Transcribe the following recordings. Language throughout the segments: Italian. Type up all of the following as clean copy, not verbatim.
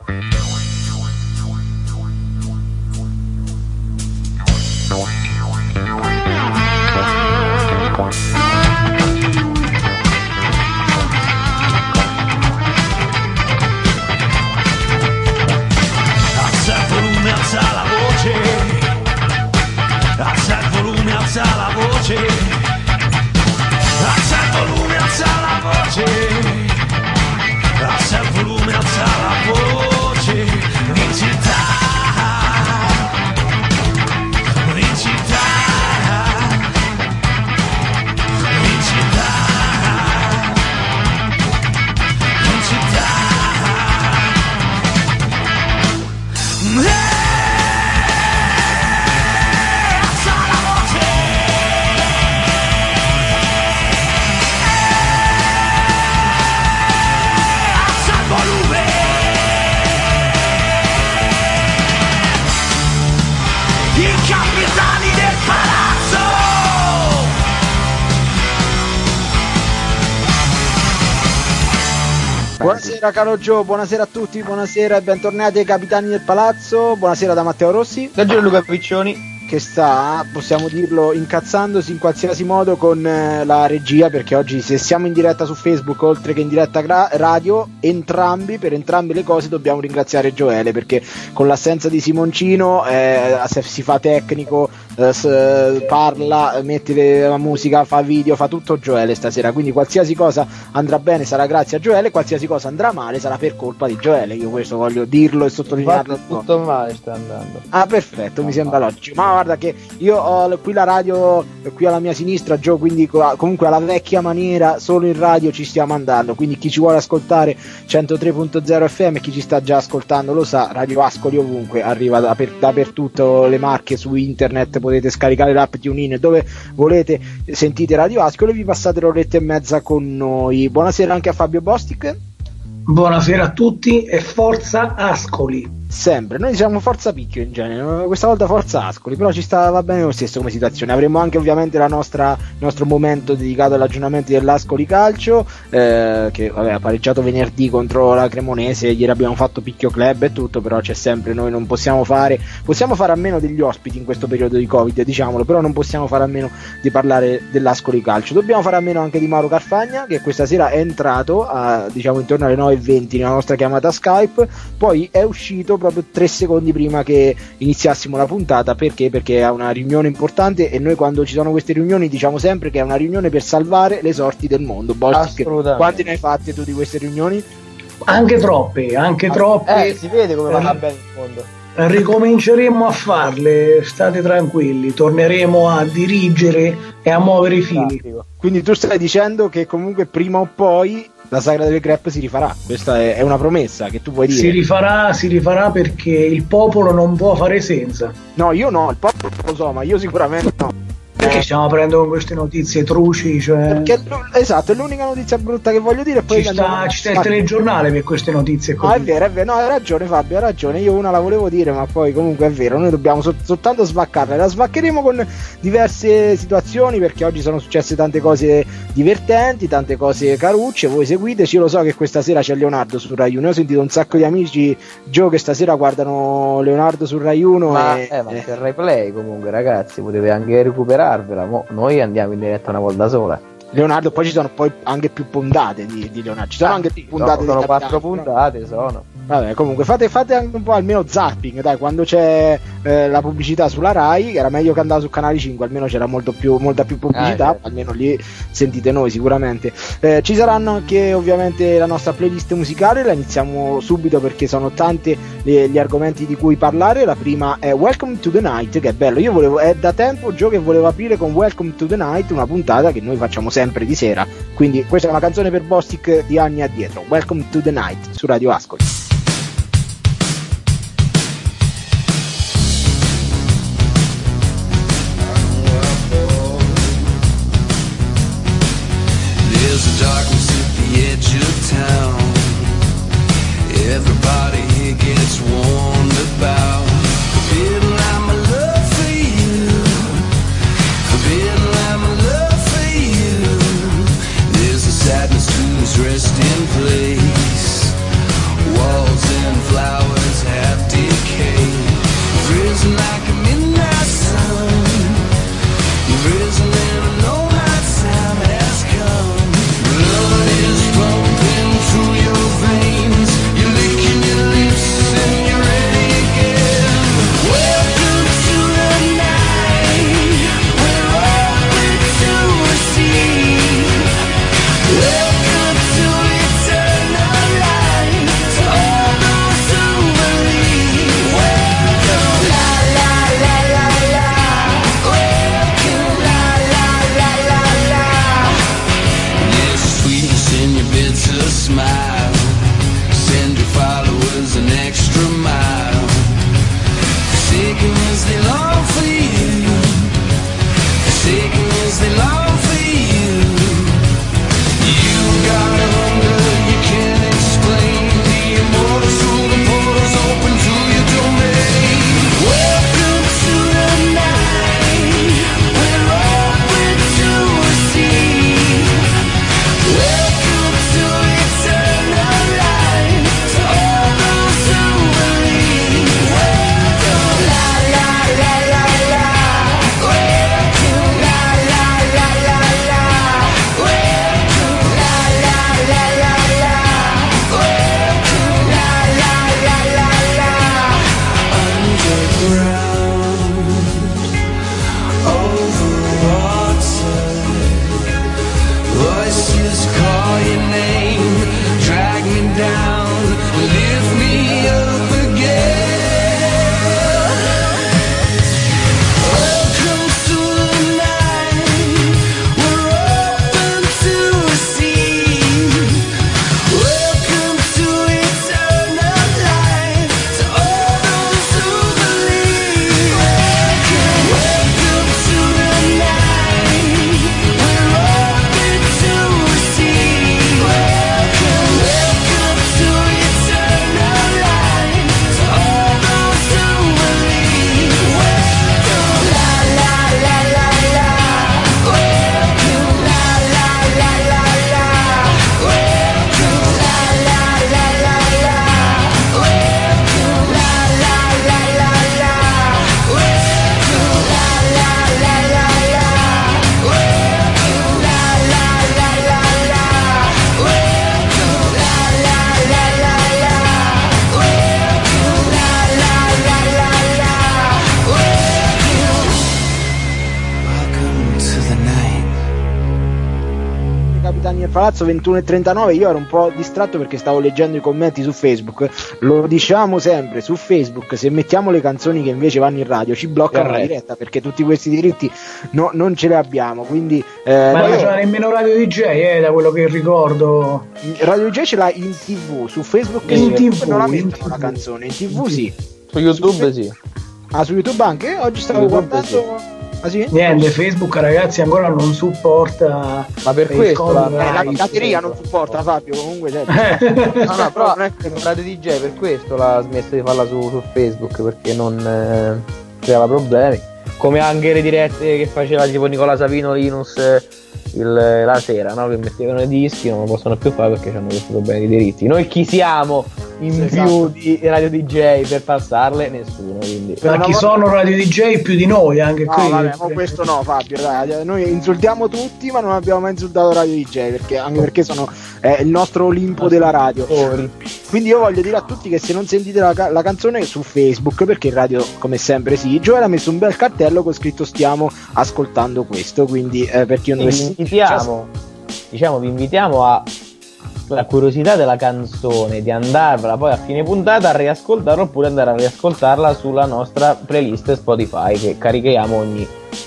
Buonasera caro Gio, buonasera a tutti, buonasera e bentornati ai Capitani del Palazzo, buonasera da Matteo Rossi, da Gianluca Piccioni, che sta, possiamo dirlo, incazzandosi in qualsiasi modo con la regia, perché oggi se siamo in diretta su Facebook oltre che in diretta radio, per entrambe le cose dobbiamo ringraziare Gioele, perché con l'assenza di Simoncino se si fa tecnico, parla, mette la musica, fa video, fa tutto Gioele stasera, quindi qualsiasi cosa andrà bene sarà grazie a Gioele, qualsiasi cosa andrà male sarà per colpa di Gioele. Io questo voglio dirlo e sottolinearlo. Tutto male sta andando. Ah, perfetto, mi sembra logico. Ma guarda che io ho qui la radio qui alla mia sinistra, Gio, quindi comunque alla vecchia maniera solo in radio ci stiamo andando, quindi chi ci vuole ascoltare 103.0 FM, chi ci sta già ascoltando lo sa, Radio Ascoli ovunque, arriva dappertutto, le Marche, su internet potete scaricare l'app TuneIn, dove volete sentite Radio Ascoli e vi passate l'oretta e mezza con noi. Buonasera anche a Fabio Bostic. Buonasera a tutti e forza Ascoli. Sempre, noi siamo Forza Picchio in genere, questa volta Forza Ascoli, però ci va bene lo stesso come situazione. Avremo anche ovviamente il nostro momento dedicato all'aggiornamento dell'Ascoli Calcio, che ha pareggiato venerdì contro la Cremonese, ieri abbiamo fatto Picchio Club e tutto, però c'è sempre, noi non possiamo fare a meno degli ospiti in questo periodo di Covid, diciamolo, però non possiamo fare a meno di parlare dell'Ascoli Calcio. Dobbiamo fare a meno anche di Mauro Carfagna, che questa sera è entrato diciamo intorno alle 9:20 nella nostra chiamata Skype, poi è uscito proprio 3 secondi prima che iniziassimo la puntata. Perché ha una riunione importante, e noi quando ci sono queste riunioni diciamo sempre che è una riunione per salvare le sorti del mondo. Bostic, quanti ne hai fatte tu di queste riunioni? Anche troppe. Si vede come va bene il mondo. Ricominceremo a farle, state tranquilli, torneremo a dirigere e a muovere i fili. Quindi tu stai dicendo che comunque prima o poi la sagra delle crepe si rifarà, questa è una promessa che tu puoi dire. Si rifarà perché il popolo non può fare senza. No, io no, il popolo lo so, ma io sicuramente no. Perché stiamo aprendo con queste notizie truci, cioè... Perché, esatto, è l'unica notizia brutta che voglio dire. Poi ci sta il telegiornale per queste notizie così. No, è vero, no, hai ragione Fabio, hai ragione, io una la volevo dire, ma poi comunque è vero, noi dobbiamo soltanto svaccarla, la svaccheremo con diverse situazioni, perché oggi sono successe tante cose divertenti, tante cose carucce, voi seguiteci. Io lo so che questa sera c'è Leonardo su Rai 1, io ho sentito un sacco di amici, Gio, che stasera guardano Leonardo su Rai 1 ma c'è il replay comunque, ragazzi, potete anche recuperarvela. Noi andiamo in diretta una volta sola. Leonardo, poi ci sono poi anche più puntate di Leonardo, ci sono anche più puntate, sono 4 puntate, sono. Vabbè, comunque fate anche un po' almeno zapping, dai, quando c'è la pubblicità sulla Rai, che era meglio che andava su Canale 5, almeno c'era molta più pubblicità, almeno lì sentite noi sicuramente. Ci saranno anche ovviamente la nostra playlist musicale, la iniziamo subito perché sono tanti gli argomenti di cui parlare. La prima è Welcome to the Night, che è bello, è da tempo Gio che volevo aprire con Welcome to the Night, una puntata che noi facciamo sempre di sera, quindi questa è una canzone per Bostic di anni addietro. Welcome to the Night su Radio Ascoli. Darkness at the edge of town. Everybody here gets warned about forbidden light, my love for you. Forbidden light, my love for you. There's a sadness whose resting place. Walls and flowers. Palazzo 21:39. Io ero un po' distratto perché stavo leggendo i commenti su Facebook. Lo diciamo sempre, su Facebook se mettiamo le canzoni che invece vanno in radio ci bloccano la diretta, perché tutti questi diritti non ce li abbiamo, quindi ma non c'era nemmeno Radio DJ, da quello che ricordo. Radio DJ ce l'ha in TV, su Facebook in TV non la mettono la canzone, in TV sì, su YouTube sì. Ah, su YouTube anche? Oggi stavo guardando sì. Ah, sì? Niente, Facebook ragazzi ancora non supporta. Ma per questo la batteria non supporta, Fabio, comunque no, però non è che Radio DJ per questo l'ha smesso di farla su Facebook, perché non creava problemi, come anche le dirette che faceva tipo Nicola Savino Linus la sera, no? Che mettevano i dischi, non lo possono più fare perché hanno questi problemi di diritti. Noi chi siamo in più di Radio DJ per passarle? Nessuno, quindi. Ma chi sono Radio DJ più di noi anche no, qui? Vabbè, ma questo no, Fabio, dai, noi insultiamo tutti ma non abbiamo mai insultato Radio DJ, anche perché sono il nostro Olimpo della radio. Quindi io voglio dire a tutti che se non sentite la canzone su Facebook, perché in radio come sempre sì, Gioele ha messo un bel cartello con scritto stiamo ascoltando questo, quindi per chi non dovesse... vi invitiamo a la curiosità della canzone di andarvela poi a fine puntata a riascoltarla, oppure andare a riascoltarla sulla nostra playlist Spotify che carichiamo ogni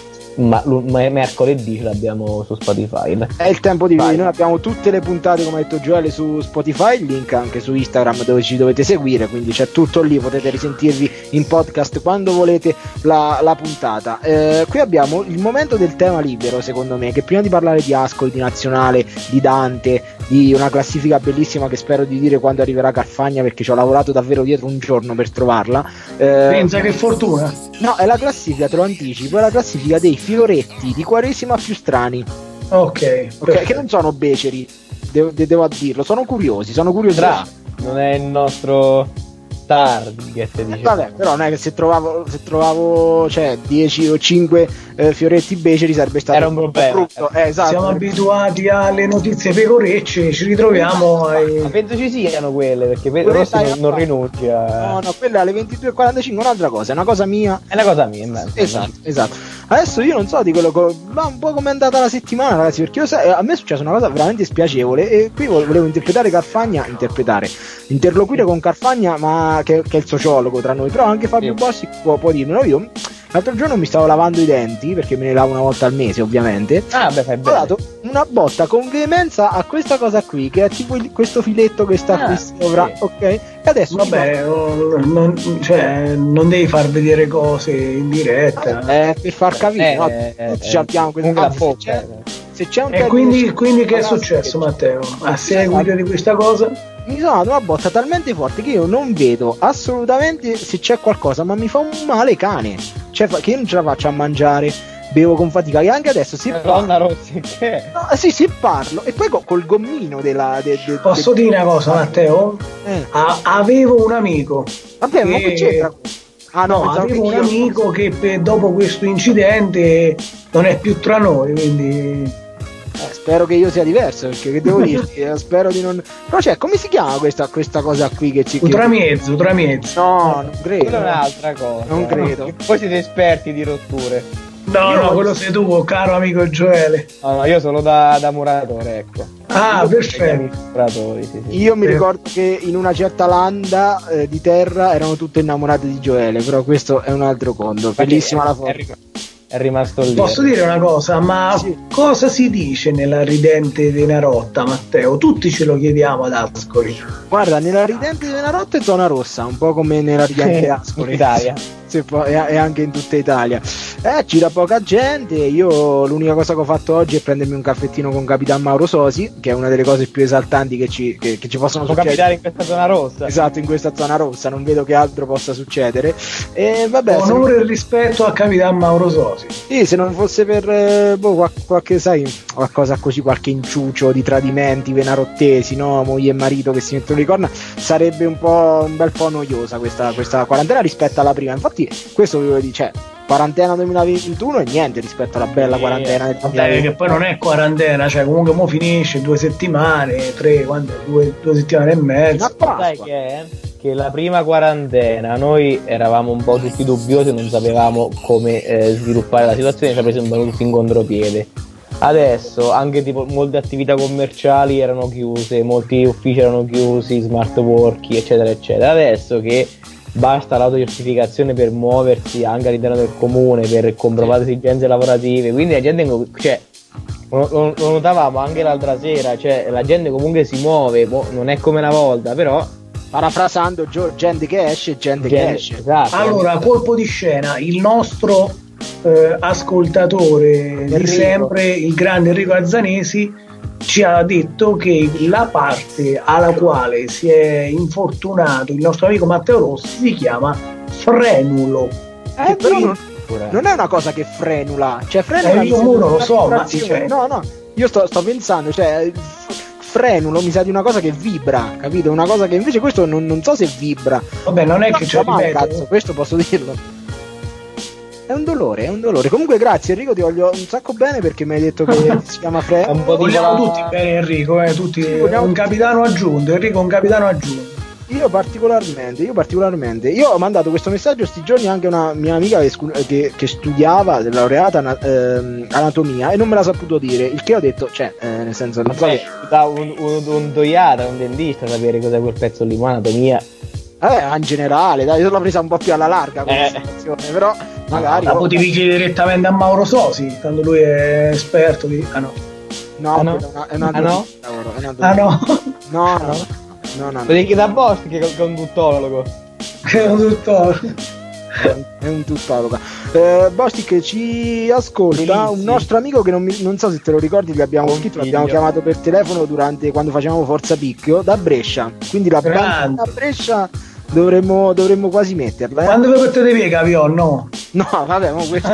mercoledì, ce l'abbiamo su Spotify. È il tempo di vedere, noi abbiamo tutte le puntate come ha detto Gioele su Spotify, il link anche su Instagram dove ci dovete seguire, quindi c'è tutto lì, potete risentirvi in podcast quando volete la puntata. Qui abbiamo il momento del tema libero, secondo me, che prima di parlare di Ascoli, di Nazionale, di Dante, di una classifica bellissima che spero di dire quando arriverà Carfagna, perché ci ho lavorato davvero dietro un giorno per trovarla. Pensa che fortuna. No, è la classifica, te lo anticipo, è la classifica dei fioretti di Quaresima più strani. Ok, che non sono beceri, devo dirlo, sono curiosi. Non è il nostro target, diciamo. Vabbè, però non è che se trovavo 10 o 5 fioretti beceri sarebbe stato era un problema. Brutto. Esatto. Siamo abituati alle notizie pecorecce, ci ritroviamo ma penso ci siano quelle, perché Rossi non rinuncia. No, quella alle 22:45 è un'altra cosa, è una cosa mia. È una cosa mia, esatto. Adesso io non so di quello ma un po' come è andata la settimana, ragazzi, perché a me è successa una cosa veramente spiacevole e qui volevo interpretare Carfagna, interloquire con Carfagna, ma che è il sociologo tra noi, però anche Fabio Bossi può dirmelo. Io l'altro giorno mi stavo lavando i denti, perché me ne lavo una volta al mese ovviamente. Fai bene. Ho dato una botta con veemenza a questa cosa qui, che è tipo questo filetto che sta qui sopra, sì. Ok? E adesso vabbè, non devi far vedere cose in diretta. Per far capire, no? Tutti abbiamo questo. Se c'è un e quindi che è successo, Matteo? A seguito di questa cosa? Mi sono dato una botta talmente forte che io non vedo assolutamente se c'è qualcosa, ma mi fa un male cane, cioè che io non ce la faccio a mangiare, bevo con fatica, che anche adesso si Rossi, che? No, sì, parlo e poi col gommino posso dire una cosa, Matteo? Avevo un amico. Vabbè, ma che c'entra? Avevo un amico che dopo questo incidente non è più tra noi, quindi spero che io sia diverso, perché che devo dirti, spero di non. Però come si chiama questa cosa qui che ci Ultramezzo. No, non credo. Quella è un'altra cosa. Non credo. Voi siete esperti di rotture. No, quello sei tu, caro amico Gioele. No, io sono da muratore, ecco. Perfetto. Muratori, sì. Io mi ricordo che in una certa landa di terra erano tutte innamorate di Gioele, però questo è un altro conto. Bellissima la foto. È rimasto lì. Posso dire una cosa, ma sì. Cosa si dice nella ridente Venarotta, Matteo? Tutti ce lo chiediamo ad Ascoli. Guarda, nella ridente Venarotta è zona rossa, un po' come nella ridente Ascoli. Italia. E anche in tutta Italia. Gira poca gente. Io l'unica cosa che ho fatto oggi è prendermi un caffettino con Capitan Mauro Sosi, che è una delle cose più esaltanti che ci possono succedere. Capitare in questa zona rossa. Esatto, in questa zona rossa, non vedo che altro possa succedere. E vabbè, onore e rispetto a Capitan Mauro Sosi. Sì, se non fosse per qualche, sai, qualcosa così, qualche inciucio di tradimenti venarottesi, no? Moglie e marito che si mettono le corna, sarebbe un bel po' noiosa questa quarantena rispetto alla prima. Infatti questo volevo dire, quarantena 2021 e niente rispetto alla bella quarantena del 2020. Che poi non è quarantena, comunque mo finisce 2 settimane, 2 settimane e mezza. Sai che la prima quarantena noi eravamo un po' tutti dubbiosi, non sapevamo come sviluppare la situazione, ci ha preso un po' tutti in contropiede. Adesso anche tipo molte attività commerciali erano chiuse, molti uffici erano chiusi, smart working, eccetera eccetera. Adesso che basta l'autocertificazione per muoversi anche all'interno del comune, per comprovate esigenze lavorative, quindi la gente, cioè, lo notavamo anche l'altra sera, cioè la gente comunque si muove, non è come una volta, però parafrasando, gente che esce e gente che esce. Esatto. Allora, colpo di scena, il nostro ascoltatore di sempre, il grande Enrico Azzanesi, ci ha detto che la parte alla quale si è infortunato il nostro amico Matteo Rossi si chiama frenulo. Che però non è una cosa che frenula, cioè frenula io non lo so, ma cioè... no, io sto pensando, cioè frenulo mi sa di una cosa che vibra, capito? Una cosa che invece questo non so se vibra. Vabbè, non è che c'è cazzo, questo posso dirlo. È un dolore. Comunque grazie Enrico, ti voglio un sacco bene perché mi hai detto che si chiama frenulo. Vogliamo tutti bene Enrico, tutti sì, un capitano aggiunto, Enrico un capitano aggiunto. Io particolarmente. Io ho mandato questo messaggio sti giorni anche a una mia amica che studiava, laureata anatomia, e non me l'ha saputo dire, il che ho detto, cioè, nel senso, non so che... da un doiata, un dentista sapere cos'è quel pezzo lì, anatomia. In generale, dai, io l'ho presa un po' più alla larga questa situazione, però magari... La potevi chiedere direttamente a Mauro Sosi, tanto lui è esperto di... No. Potevi chiedere a Boschi che è un tuttologo. È un tuttologo. Bostic ci ascolta un nostro amico che non so se te lo ricordi, gli abbiamo scritto, l'abbiamo chiamato per telefono quando facevamo Forza Picchio, da Brescia, quindi la banda da Brescia dovremmo quasi metterla. Quando vi mettete via Cavion, no? No, vabbè, ma questo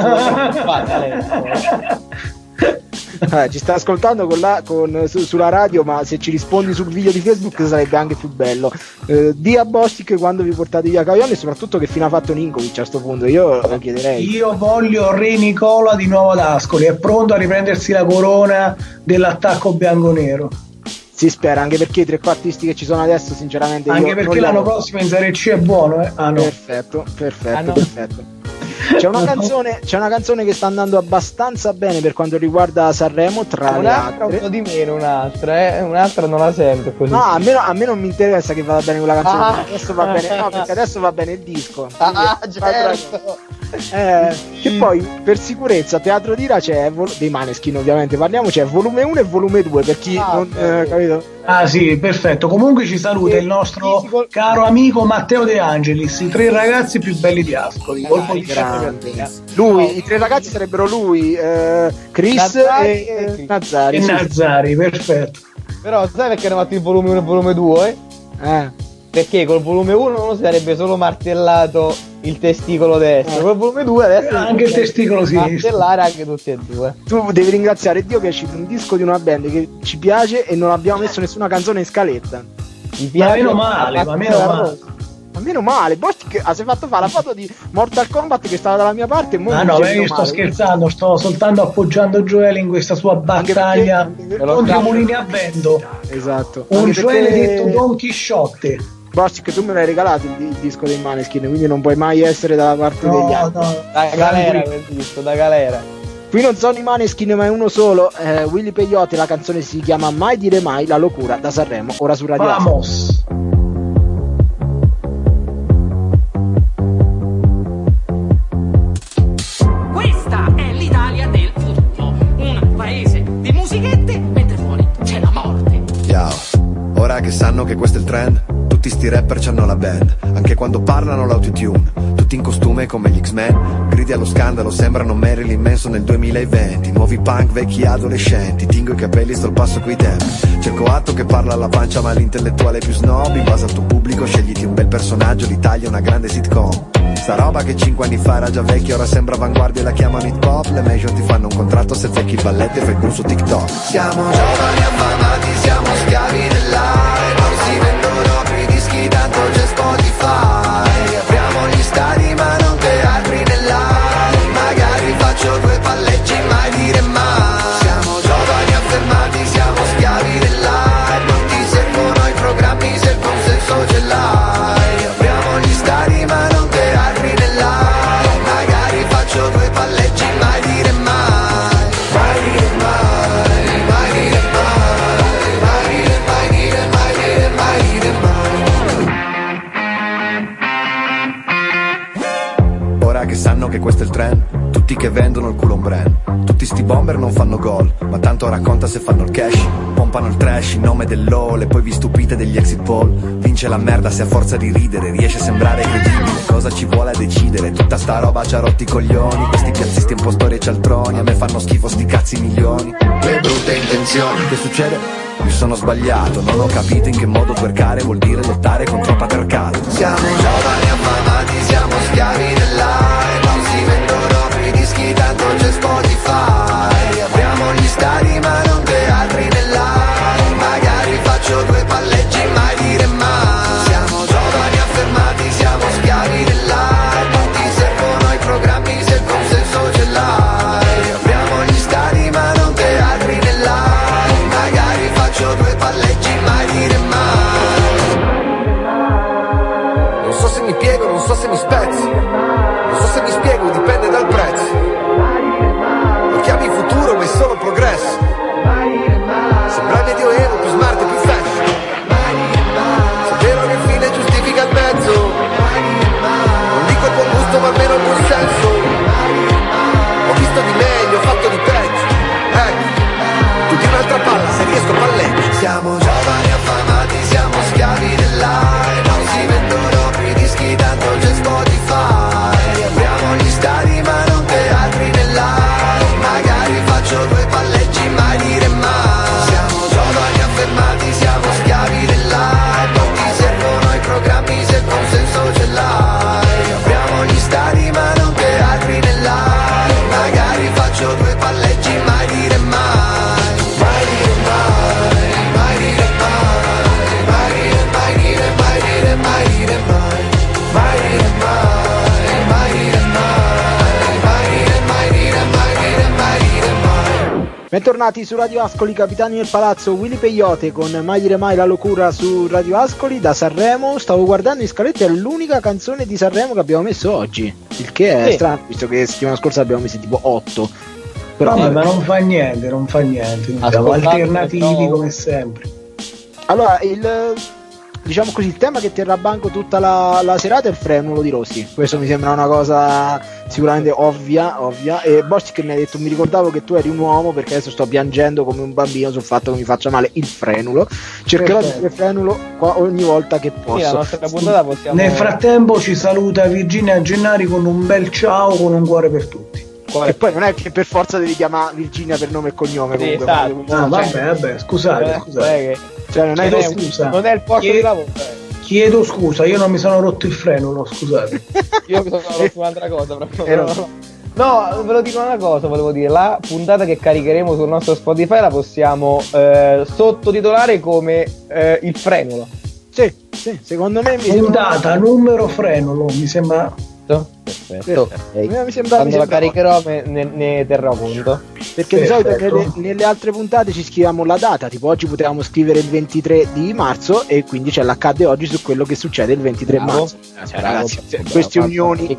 ci sta ascoltando sulla radio, ma se ci rispondi sul video di Facebook sarebbe anche più bello. Di a Bostic quando vi portate via Cavion, e soprattutto che fine ha fatto Ninkovic a sto punto, io lo chiederei. Io voglio Re Nicola di nuovo ad Ascoli, è pronto a riprendersi la corona dell'attacco bianconero. Si spera, anche perché i trequartisti che ci sono adesso sinceramente anche perché l'anno prossimo in Serie C è buono, eh? Ah, no. Perfetto. C'è una canzone che sta andando abbastanza bene per quanto riguarda Sanremo, tra le altre. Un po' di meno un'altra non la sento così. No, a me non mi interessa che vada bene quella canzone, adesso va bene, no, perché adesso va bene il disco. Certo. Che poi per sicurezza Teatro d'Ira c'è dei Maneskin, ovviamente parliamo, c'è volume 1 e volume 2 per chi non capito. Ah sì, perfetto. Comunque ci saluta il nostro caro amico Matteo De Angelis, i 3 ragazzi più belli di Ascoli. Lui, i 3 ragazzi sarebbero lui, Chris e Nazzari. Nazzari, perfetto. Però sai perché hanno fatto il volume 1 e il volume 2? Perché col volume 1 uno si sarebbe solo martellato il testicolo destro, col volume 2 adesso anche il testicolo sinistro, martellare anche tutti e due. Tu devi ringraziare Dio che è uscito un disco di una band che ci piace e non abbiamo messo nessuna canzone in scaletta. Ma meno male. Ma meno male, Bostic si è fatto fare la foto di Mortal Kombat che stava dalla mia parte. Io sto scherzando, sto soltanto appoggiando Gioele in questa sua battaglia contro Mulini a vento. Esatto. Un Gioele detto Don Chisciotte. Bostic, tu me l'hai regalato il disco dei Maneskin, quindi non puoi mai essere dalla parte degli altri. Da galera quel disco, da galera. Qui non sono i Maneskin ma è uno solo, Willy Peyote, la canzone si chiama Mai dire mai, la locura, da Sanremo, ora su Radio Vamos. Questa è l'Italia del futuro, un paese di musichette mentre fuori c'è la morte. Ora che sanno che questo è il trend, tutti sti rapper c'hanno la band, anche quando parlano l'autotune, tutti in costume come gli X-Men, gridi allo scandalo, sembrano Marilyn Manson nel 2020, nuovi punk, vecchi adolescenti, tingo i capelli, sto al passo coi tempi, cerco atto che parla alla pancia ma l'intellettuale più snob, in base al tuo pubblico scegliti un bel personaggio, l'Italia è una grande sitcom. Sta roba che 5 anni fa era già vecchia, ora sembra avanguardia e la chiamano hip hop. Le major ti fanno un contratto se zecchi il balletto e fai il blu su TikTok. Siamo giovani affamati, siamo schiavi dell'aria, non si vendono più i dischi, tanto c'è Spotify. Apriamo gli stadi ma non teatri nell'aria, magari faccio 2 palleggi, mai dire mai. Siamo giovani affermati, siamo schiavi dell'aria, non ti servono i programmi se il consenso ce l'hai. Apriamo gli stadi ma non teatri nell'aria, magari faccio 2 palleggi, mai dire mai, mai dire mai. che sanno che questo è il trend, tutti che vendono il culo un brand. Tutti sti bomber non fanno gol, ma tanto racconta se fanno il cash. Pompano il trash in nome dell'all e poi vi stupite degli exit poll. Vince la merda se a forza di ridere riesce a sembrare credibile. Cosa ci vuole a decidere? Tutta sta roba ci ha rotti i coglioni. Questi piazzisti impostori e cialtroni, a me fanno schifo sti cazzi milioni. Le brutte intenzioni. Che succede? Mi sono sbagliato, non ho capito in che modo twerkare vuol dire lottare contro il patriarcato. Siamo giovani affamati, siamo schiavi dell'aria. Non si vendono più i dischi, tanto c'è Spotify. Apriamo gli stadi ma non teatri nell'aria. Magari faccio 2 palleggi, mai dire mai. Siamo giovani affermati, siamo schiavi dell'aria. Non ti servono i programmi se il consenso ce l'hai. Apriamo gli stadi ma non teatri nell'aria. Magari faccio 2 palleggi, mai dire mai. Non so se mi piego, non so se mi spezzo. Non so se mi spiego, dipende dal prezzo. Lo chiami futuro ma è solo progresso. Sembra il medioevo, più smart e più fashion. Se è vero che il fine giustifica il mezzo. Non dico il buon gusto ma almeno il buon senso. Ho visto di meglio, ho fatto di peggio. Tu di un'altra palla, se riesco palleggio. Siamo giovani affamati, siamo schiavi dell'aria. Non si vendono più i dischi, tanto c'è Spotify. Apriamo gli stadi ma non teatri nell'aria. Magari faccio 2 palleggi, mai dire mai. Siamo giovani affermati, siamo schiavi dell'aria. Non ti servono i programmi se il consenso ce l'hai. Apriamo gli stadi ma non teatri nell'aria. Magari faccio 2 palleggi, mai dire mai. Mai dire mai, mai dire mai. Mai dire, mai dire, mai dire, mai dire mai. Mai dire mai, mai dire mai. Mai dire, mai dire, mai dire, mai dire mai. Bentornati su Radio Ascoli, Capitani del Palazzo, Willy Peyote con Mai dire mai, la locura su Radio Ascoli da Sanremo. Stavo guardando in scaletta, è l'unica canzone di Sanremo che abbiamo messo oggi, il che è strano, visto che settimana scorsa abbiamo messo tipo 8. Però vabbè, ma non fa niente, non fa niente. Siamo alternativi come sempre. Allora, diciamo così, il tema che terrà a banco tutta la serata è il frenulo di Rossi. Questo mi sembra una cosa sicuramente ovvia. E Bostic mi ha detto, mi ricordavo che tu eri un uomo, perché adesso sto piangendo come un bambino sul fatto che mi faccia male il frenulo. Cercherò di dire frenulo qua ogni volta che posso. Sì, la nostra puntata possiamo... Nel frattempo ci saluta Virginia Gennari con un bel ciao, con un cuore per tutti. E poi non è che per forza devi chiamare Virginia per nome e cognome, sì, comunque. esatto. Vabbè, scusate. Cioè, non è scusa. Non è il posto di lavoro. Chiedo scusa, io non mi sono rotto il freno, scusate. Io mi sono rotto un'altra cosa proprio. No, ve lo dico una cosa, volevo dire, la puntata che caricheremo sul nostro Spotify la possiamo sottotitolare come il frenulo. Sì, secondo me puntata numero frenulo, mi sembra. Perfetto. Mi sembra, quando la caricherò ne terrò conto. Perché di solito nelle altre puntate ci scriviamo la data, tipo oggi potevamo scrivere il 23 di marzo e quindi c'è l'accade oggi su quello che succede il 23 marzo. Ragazzi, queste unioni,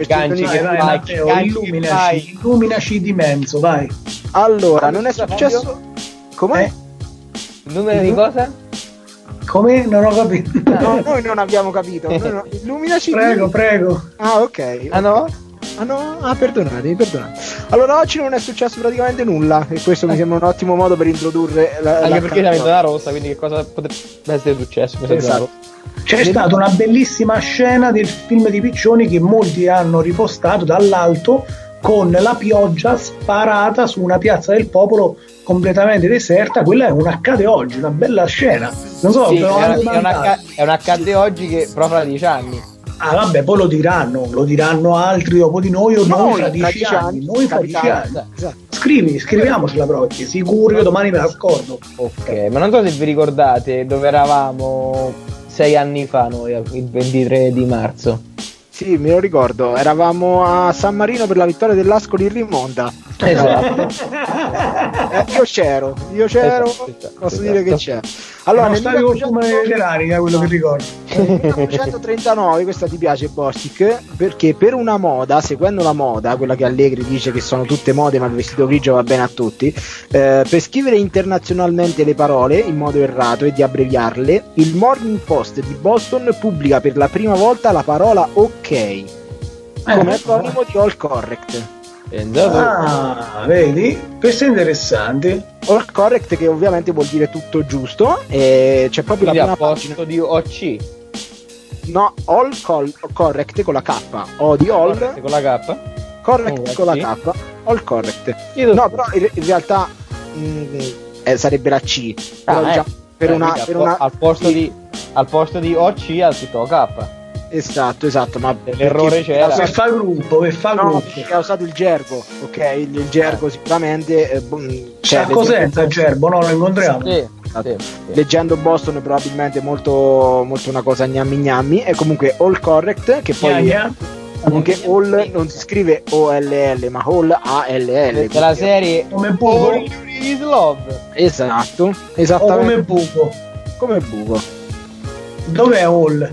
illuminaci di mezzo, vai. Allora, non è successo. Come? Numero di cosa? Come? Non ho capito. No, noi non abbiamo capito. Illuminaci. Prego. Ah, ok. Ah no? Perdonatemi. Allora oggi non è successo praticamente nulla e questo mi sembra un ottimo modo per introdurre anche perché la ventana rossa, quindi che cosa potrebbe essere successo? Esatto. C'è stata una bellissima scena del film di Piccioni che molti hanno ripostato dall'alto, con la pioggia sparata su una piazza del popolo completamente deserta. Quella è un accade oggi, una bella scena. Non so, sì, è un accade oggi che proprio a 10 anni. Ah vabbè, poi lo diranno altri dopo di noi o noi fra 10 anni. Noi fra 10 anni. Esatto. Scriviamocela proprio, sicuro io domani me la scordo. Ok, ma non so se vi ricordate dove eravamo 6 anni fa noi, il 23 di marzo. Sì, me lo ricordo, eravamo a San Marino per la vittoria dell'Ascoli in rimonta. Esatto. Io c'ero, posso dire che c'ero. Allora, nel 1939, quello che ricordo. Nel 1939, questa ti piace Bostic, perché per una moda, seguendo la moda, quella che Allegri dice che sono tutte mode ma il vestito grigio va bene a tutti, per scrivere internazionalmente le parole in modo errato e di abbreviarle, il Morning Post di Boston pubblica per la prima volta la parola ok. come acronimo di All Correct. Vedi? Questo è interessante. All Correct, che ovviamente vuol dire tutto giusto, e c'è proprio Quindi la a prima posto pagina. di OC. No, Correct con la K. O di All Con la K. Correct con la sì. K. All Correct. Io No, però in realtà sarebbe la C. Però diciamo, per una al posto di OC ha scritto K. Esatto, ma L'errore perché- c'era. Per fa gruppo, No, perché ha usato il gergo, ok? Il gergo sicuramente C'è Cosenza il gerbo, no? Lo incontriamo. Sì. leggendo Boston probabilmente molto una cosa gnammi gnammi. E comunque All Correct, che poi Gna, comunque All non si scrive OLL ma All ALL Della serie come buco. All is Love. esatto, O esattamente come buco. come buco. Dov'è Hall?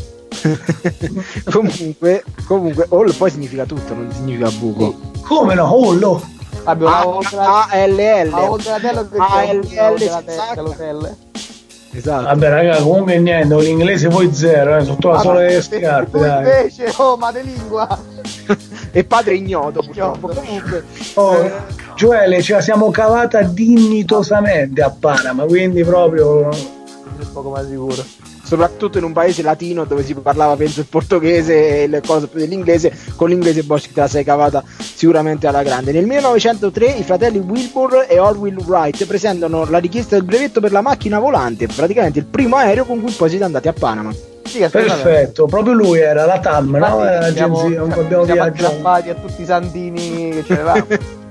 comunque All poi significa tutto, non significa buco. Come no? Hall. Abbiamo ALL Oltratello che ALL c'è l'hotel. esatto. Vabbè raga, comunque niente, l'inglese poi zero, sotto la sola delle scarpe, Tu dai. invece, madrelingua. E padre ignoto purtroppo. Comunque Gioele, ce la siamo cavata dignitosamente a Panama, quindi proprio Poco ma sicuro. soprattutto in un paese latino dove si parlava penso il portoghese e le cose più dell'inglese, con l'inglese Bosch te la sei cavata sicuramente alla grande. Nel 1903 i fratelli Wilbur e Orville Wright presentano la richiesta del brevetto per la macchina volante, praticamente il primo aereo con cui poi siete andati a Panama. Sì, perfetto, proprio lui era la TAM, no? Era l'agenzia con cui abbiamo siamo viaggiato. aggrappati a tutti i santini che c'eravamo.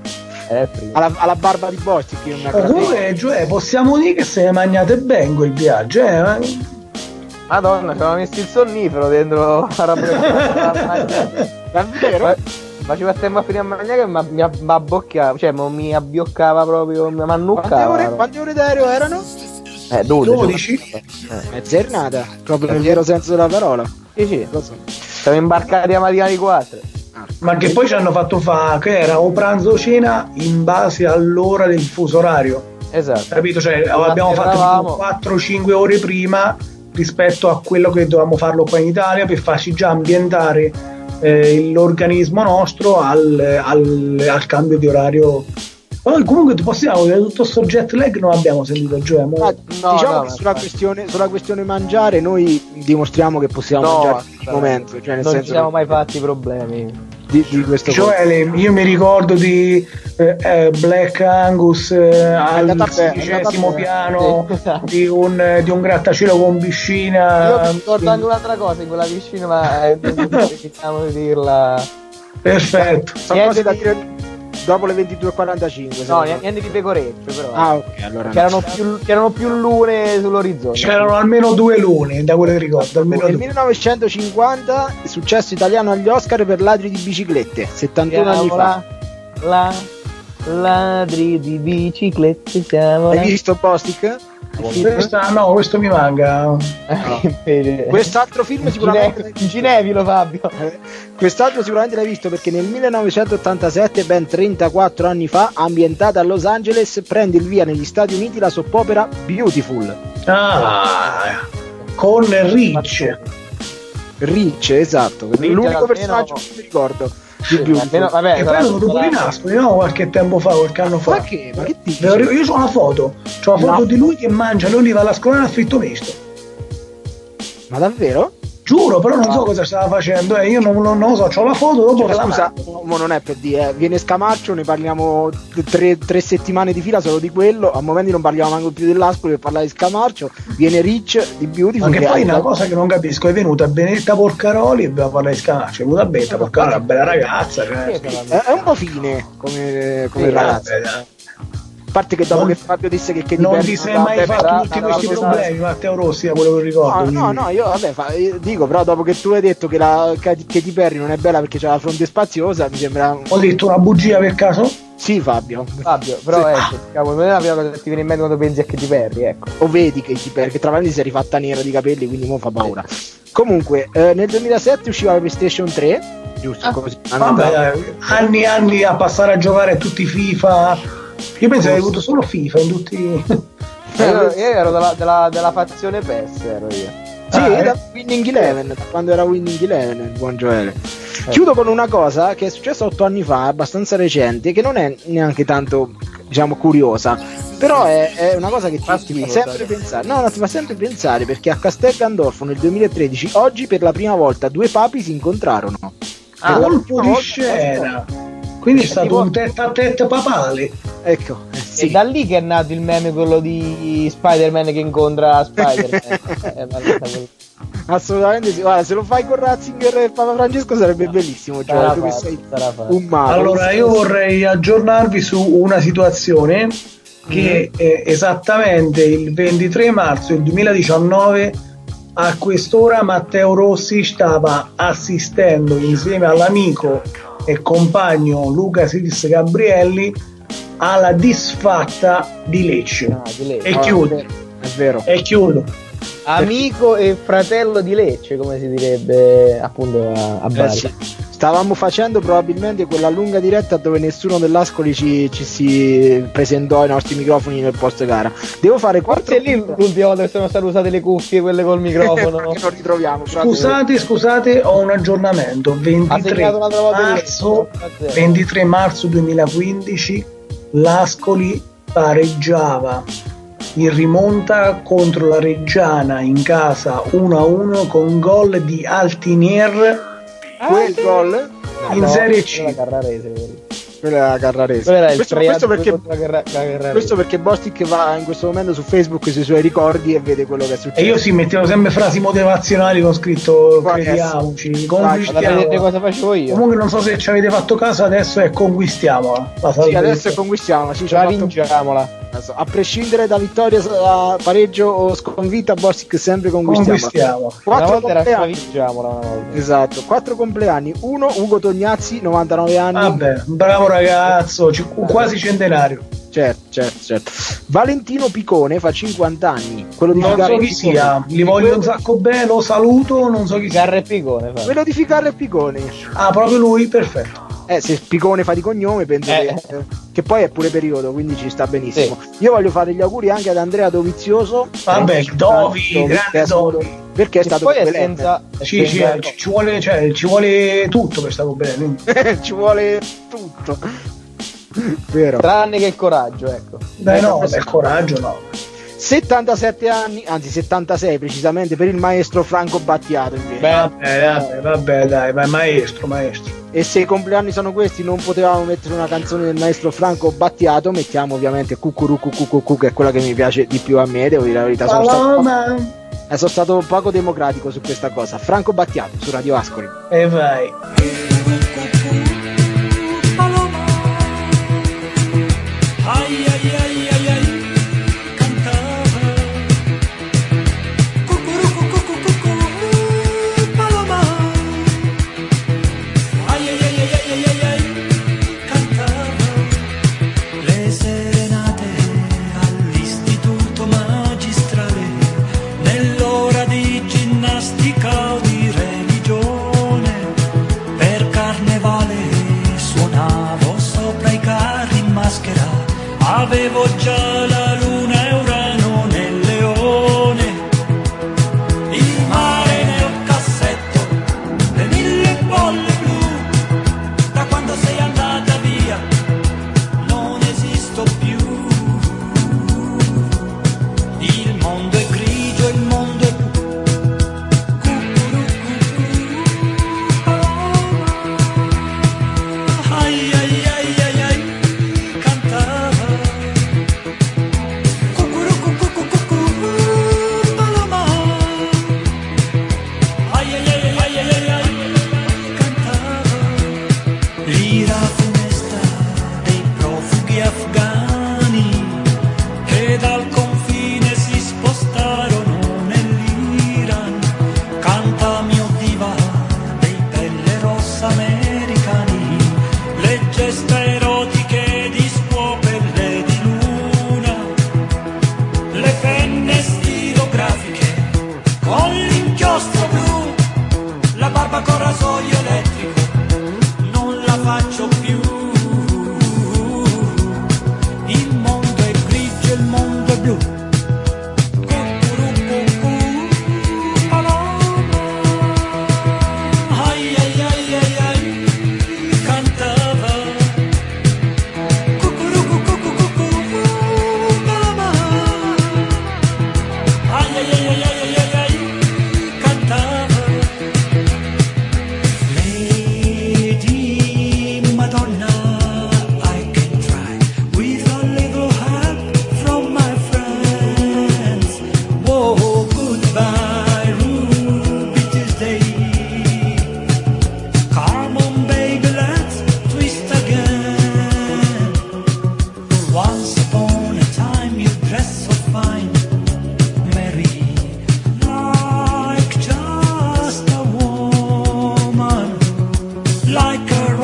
alla barba di Bosch, che è una Comunque, Gioele, possiamo dire che se ne mangiate ben quel viaggio, Madonna, ci avevamo messo il sonnifero dentro la roba. davvero? Faceva tempo a finire a mangiare che mi abbocchiava, cioè mi abbioccava proprio, mi mannuccava. Quante ore d'aereo erano? 12. Mezza giornata, proprio nel vero senso della parola. Sì. Lo so. Siamo imbarcati a mattina di 4. Ma che poi ci hanno fatto fa che era o pranzo o cena in base all'ora del fuso orario. Esatto. Capito? Cioè abbiamo fatto 4-5 ore prima rispetto a quello che dovevamo farlo qua in Italia per farci già ambientare l'organismo nostro al cambio di orario. Poi comunque ti possiamo dire tutto sto jet lag non abbiamo sentito Gioia. Diciamo che sulla questione mangiare noi dimostriamo che possiamo mangiare in questo momento, cioè nel non senso ci siamo mai fatti problemi di questo Gioele, io mi ricordo di Black Angus al 16° piano di un grattacielo con piscina. Io mi ricordo anche un'altra cosa in quella piscina, ma iniziamo di dirla. Perfetto. Sono cose da dire dopo le 22:45. No, niente di pecoreccio però. Ah, ok, allora C'erano più lune sull'orizzonte. C'erano almeno 2 lune, da quello che ricordo. Almeno nel 2. 1950 successo italiano agli Oscar per Ladri di biciclette, 71 anni fa. Ladri di biciclette siamo. Hai visto Bostic? Questo mi manca. Quest'altro film sicuramente Cinevilo Fabio. Quest'altro sicuramente l'hai visto perché nel 1987, ben 34 anni fa, ambientata a Los Angeles, prende il via negli Stati Uniti la soap opera Beautiful. Con Rich, esatto. L'unico personaggio che mi ricordo di Beautiful. Vabbè, e poi hanno dovuto Napoli, no? Qualche tempo fa, qualche anno fa. Ma che dici? Io ho una foto, di lui che mangia l'oliva alla scuola a fritto misto. Ma davvero? Giuro, però non so cosa stava facendo, io non lo so, c'ho la foto dopo che la scusa, ma non è per dire, viene Scamarcio, ne parliamo 3 settimane di fila solo di quello, a momenti non parliamo manco più dell'Ascoli per parlare di Scamarcio, viene Rich di Beautiful. Ma che poi una cosa che non capisco, è venuta Benetta Porcaroli e abbiamo parlato di Scamarcio, è venuta Benetta Porcaroli, una bella ragazza, cioè. È un po' fine come ragazza. A parte che dopo che Fabio disse che non ti sei mai fatto tutti questi problemi, Matteo Rossi, da quello che ricordo. No, io vabbè, dico, però dopo che tu hai detto che Katy Perry non è bella perché c'ha la fronte spaziosa, mi sembra. Ho detto una bugia per caso? Sì, Fabio, però ecco, non è la prima cosa che ti viene in mente quando pensi a Katy Perry, ecco. O vedi Katy Perry, che tra l'altro si è rifatta nera di capelli, quindi mo fa paura. Comunque, nel 2007 usciva la PlayStation 3, giusto? Così. Vabbè, anni a passare a giocare a tutti FIFA. Io penso che hai avuto solo FIFA in tutti. Io ero della fazione PES, ero io. Sì, da Winning Eleven, da quando era Winning Eleven, il buon Gioele. Chiudo con una cosa che è successa 8 anni fa, abbastanza recente, che non è neanche tanto, diciamo, curiosa, però è una cosa che ti fa sempre pensare. No, ti fa sempre pensare, perché a Castel Gandolfo nel 2013, oggi per la prima volta, due papi si incontrarono. Colpo di scena. Quindi è stato un tête a tête papale. Ecco, sì. È da lì che è nato il meme, quello di Spider-Man che incontra Spider-Man. Assolutamente sì. Guarda, se lo fai con Ratzinger e Papa Francesco sarebbe bellissimo. Cioè, tu che sei un mago. Allora, io vorrei aggiornarvi su una situazione che è esattamente il 23 marzo del 2019. A quest'ora Matteo Rossi stava assistendo insieme all'amico e compagno Luca Siris Gabrielli alla disfatta di Lecce. E chiudo. È vero. E chiudo. Amico e fratello di Lecce, come si direbbe appunto a Bari. Sì. Stavamo facendo probabilmente quella lunga diretta dove nessuno dell'Ascoli ci si presentò ai nostri microfoni nel post gara. Devo fare 4. Forse lì l'ultima volta che sono state usate le cuffie, quelle col microfono. Che non ritroviamo. Scusate, ho un aggiornamento. 23 marzo 2015 l'Ascoli pareggiava in rimonta contro la Reggiana in casa 1-1 con gol di Altinier. Quel gol in Serie C. Quella era la Carrarese. Questo perché Bostic va in questo momento su Facebook sui suoi ricordi e vede quello che è successo. E io mettevo sempre frasi motivazionali con scritto crediamoci, conquistiamo. Cosa facevo io? Comunque non so se ci avete fatto caso, adesso è conquistiamola. Sì, adesso è conquistiamola, sì, vinciamola. A prescindere da vittoria, pareggio o sconfitta, Bostic sempre conquistiamo. Una volta era stravinciamola. Esatto, 4 compleanni. 1 Ugo Tognazzi, 99 anni. Vabbè, bravo ragazzo, quasi centenario. Certo. Valentino Picone fa 50 anni. Quello di non so chi sia, gli voglio un sacco bene, lo saluto, non so chi sia. Ficarra e Picone. Quello di Ficarra e Picone. Ah, proprio lui, perfetto. Se Picone fa di cognome penso che poi è pure periodo, quindi ci sta benissimo. Sì. Io voglio fare gli auguri anche ad Andrea Dovizioso. Vabbè, Dovi, grande Dovi. Perché è stato poi è senza ci vuole tutto per stare bene. Ci vuole tutto. Vero. Tranne che il coraggio, ecco. Beh, no, il coraggio no. 77 anni, anzi 76 precisamente, per il maestro Franco Battiato invece. Vabbè, dai, maestro. E se i compleanni sono questi, non potevamo mettere una canzone del maestro Franco Battiato, mettiamo ovviamente Cucurucucucucu, che è quella che mi piace di più a me, devo dire la verità. Sono stato poco democratico su questa cosa. Franco Battiato su Radio Ascoli. E vai. Di ginnastica o di religione, per carnevale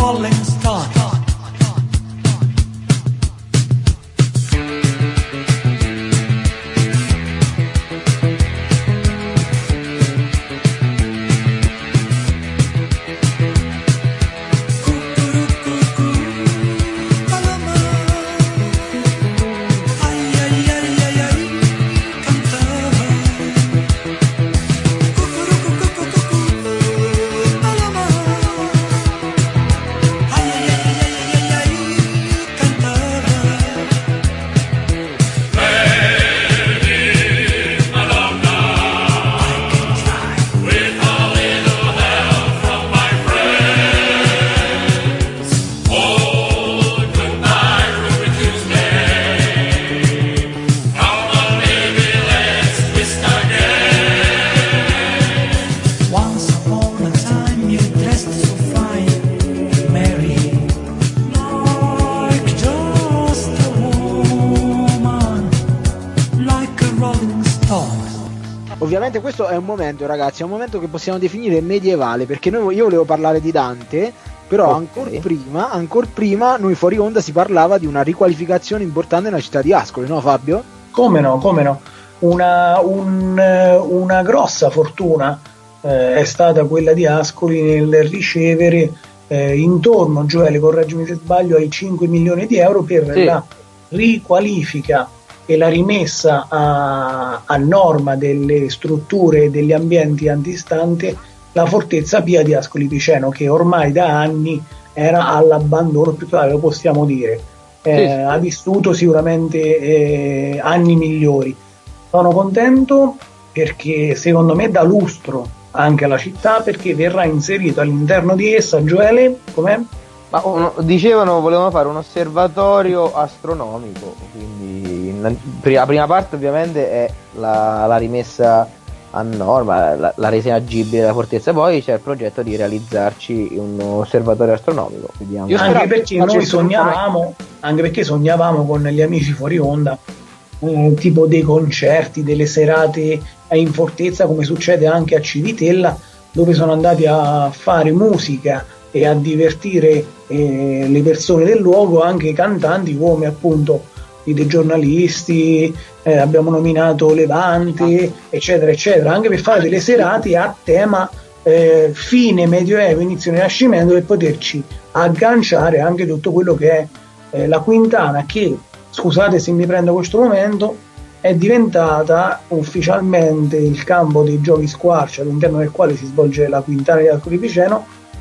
Rolling Stone. Once upon a time you dressed so fine, Mary, like just a woman, like a rolling stone. Ovviamente questo è un momento, ragazzi, è un momento che possiamo definire medievale, perché io volevo parlare di Dante, però ancor prima noi fuori onda si parlava di una riqualificazione importante nella città di Ascoli, no Fabio? Come no, come no. Una grossa fortuna è stata quella di Ascoli nel ricevere intorno, Gioele, correggimi se sbaglio, ai 5 milioni di euro per la riqualifica e la rimessa a norma delle strutture e degli ambienti antistante la fortezza Pia di Ascoli Piceno, che ormai da anni era all'abbandono, più tale lo possiamo dire. Ha vissuto sicuramente anni migliori. Sono contento perché secondo me dà lustro anche alla città, perché verrà inserito all'interno di essa, Gioele, com'è? Ma dicevano volevano fare un osservatorio astronomico, quindi la prima parte ovviamente è la rimessa a norma, la resa agibile della fortezza, poi c'è il progetto di realizzarci un osservatorio astronomico. Vediamo. Anche perché noi sognavamo con gli amici fuori onda tipo dei concerti, delle serate in fortezza, come succede anche a Civitella, dove sono andati a fare musica e a divertire le persone del luogo, anche i cantanti come appunto i dei giornalisti, abbiamo nominato Levante, eccetera eccetera, anche per fare delle serate a tema fine medioevo, inizio rinascimento, per poterci agganciare anche tutto quello che è la Quintana, che, scusate se mi prendo questo momento, è diventata ufficialmente il campo dei giochi squarci all'interno del quale si svolge la Quintana di Ascoli Piceno,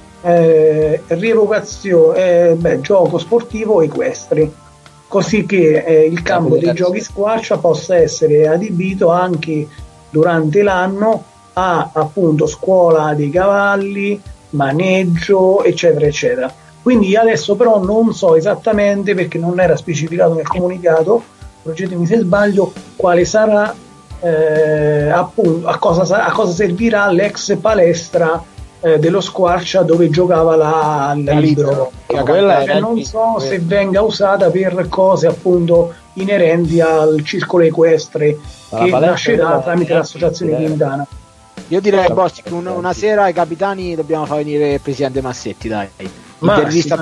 gioco sportivo equestre, così che il campo dei giochi squarcia possa essere adibito anche durante l'anno a appunto scuola dei cavalli, maneggio, eccetera eccetera. Quindi adesso però non so esattamente, perché non era specificato nel comunicato, correggetemi se sbaglio, quale sarà appunto a cosa servirà l'ex palestra dello Squarcia dove giocava la Libero. Non so se venga usata per cose appunto inerenti al circolo equestre che nascerà tramite l'associazione Quintana. Io direi Bostic, una sera ai capitani dobbiamo far venire il presidente Massetti, dai. Intervista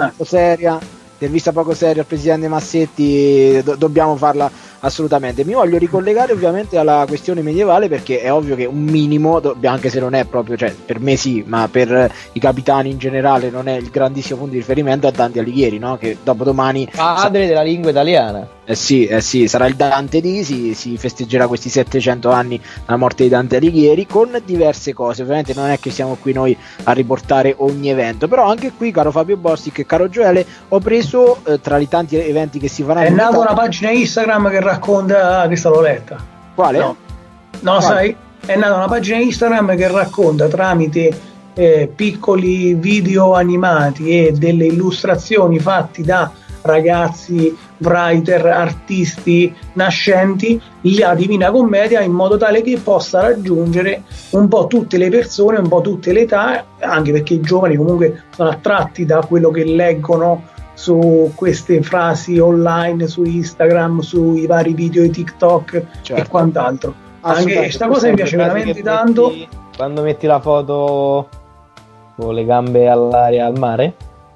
poco seria al presidente Massetti, dobbiamo farla assolutamente. Mi voglio ricollegare ovviamente alla questione medievale, perché è ovvio che un minimo, anche se non è proprio, cioè per me sì, ma per i capitani in generale non è il grandissimo punto di riferimento, a Dante Alighieri, no? Che dopodomani padre della lingua italiana. Sì, sarà il Dante si festeggerà questi 700 anni dalla morte di Dante Alighieri con diverse cose. Ovviamente non è che siamo qui noi a riportare ogni evento, però anche qui, caro Fabio Bostic e caro Gioele, ho preso tra i tanti eventi che si faranno. È nata una pagina Instagram che racconta, questa l'ho letta. Quale? No, Quale? Sai, è nata una pagina Instagram che racconta tramite piccoli video animati e delle illustrazioni fatti da ragazzi, writer, artisti nascenti, la Divina Commedia, in modo tale che possa raggiungere un po' tutte le persone, un po' tutte le età, anche perché i giovani comunque sono attratti da quello che leggono su queste frasi online, su Instagram, sui vari video di TikTok, certo, e quant'altro. Anche questa cosa mi piace veramente tanto. Quando metti la foto con le gambe all'aria al mare,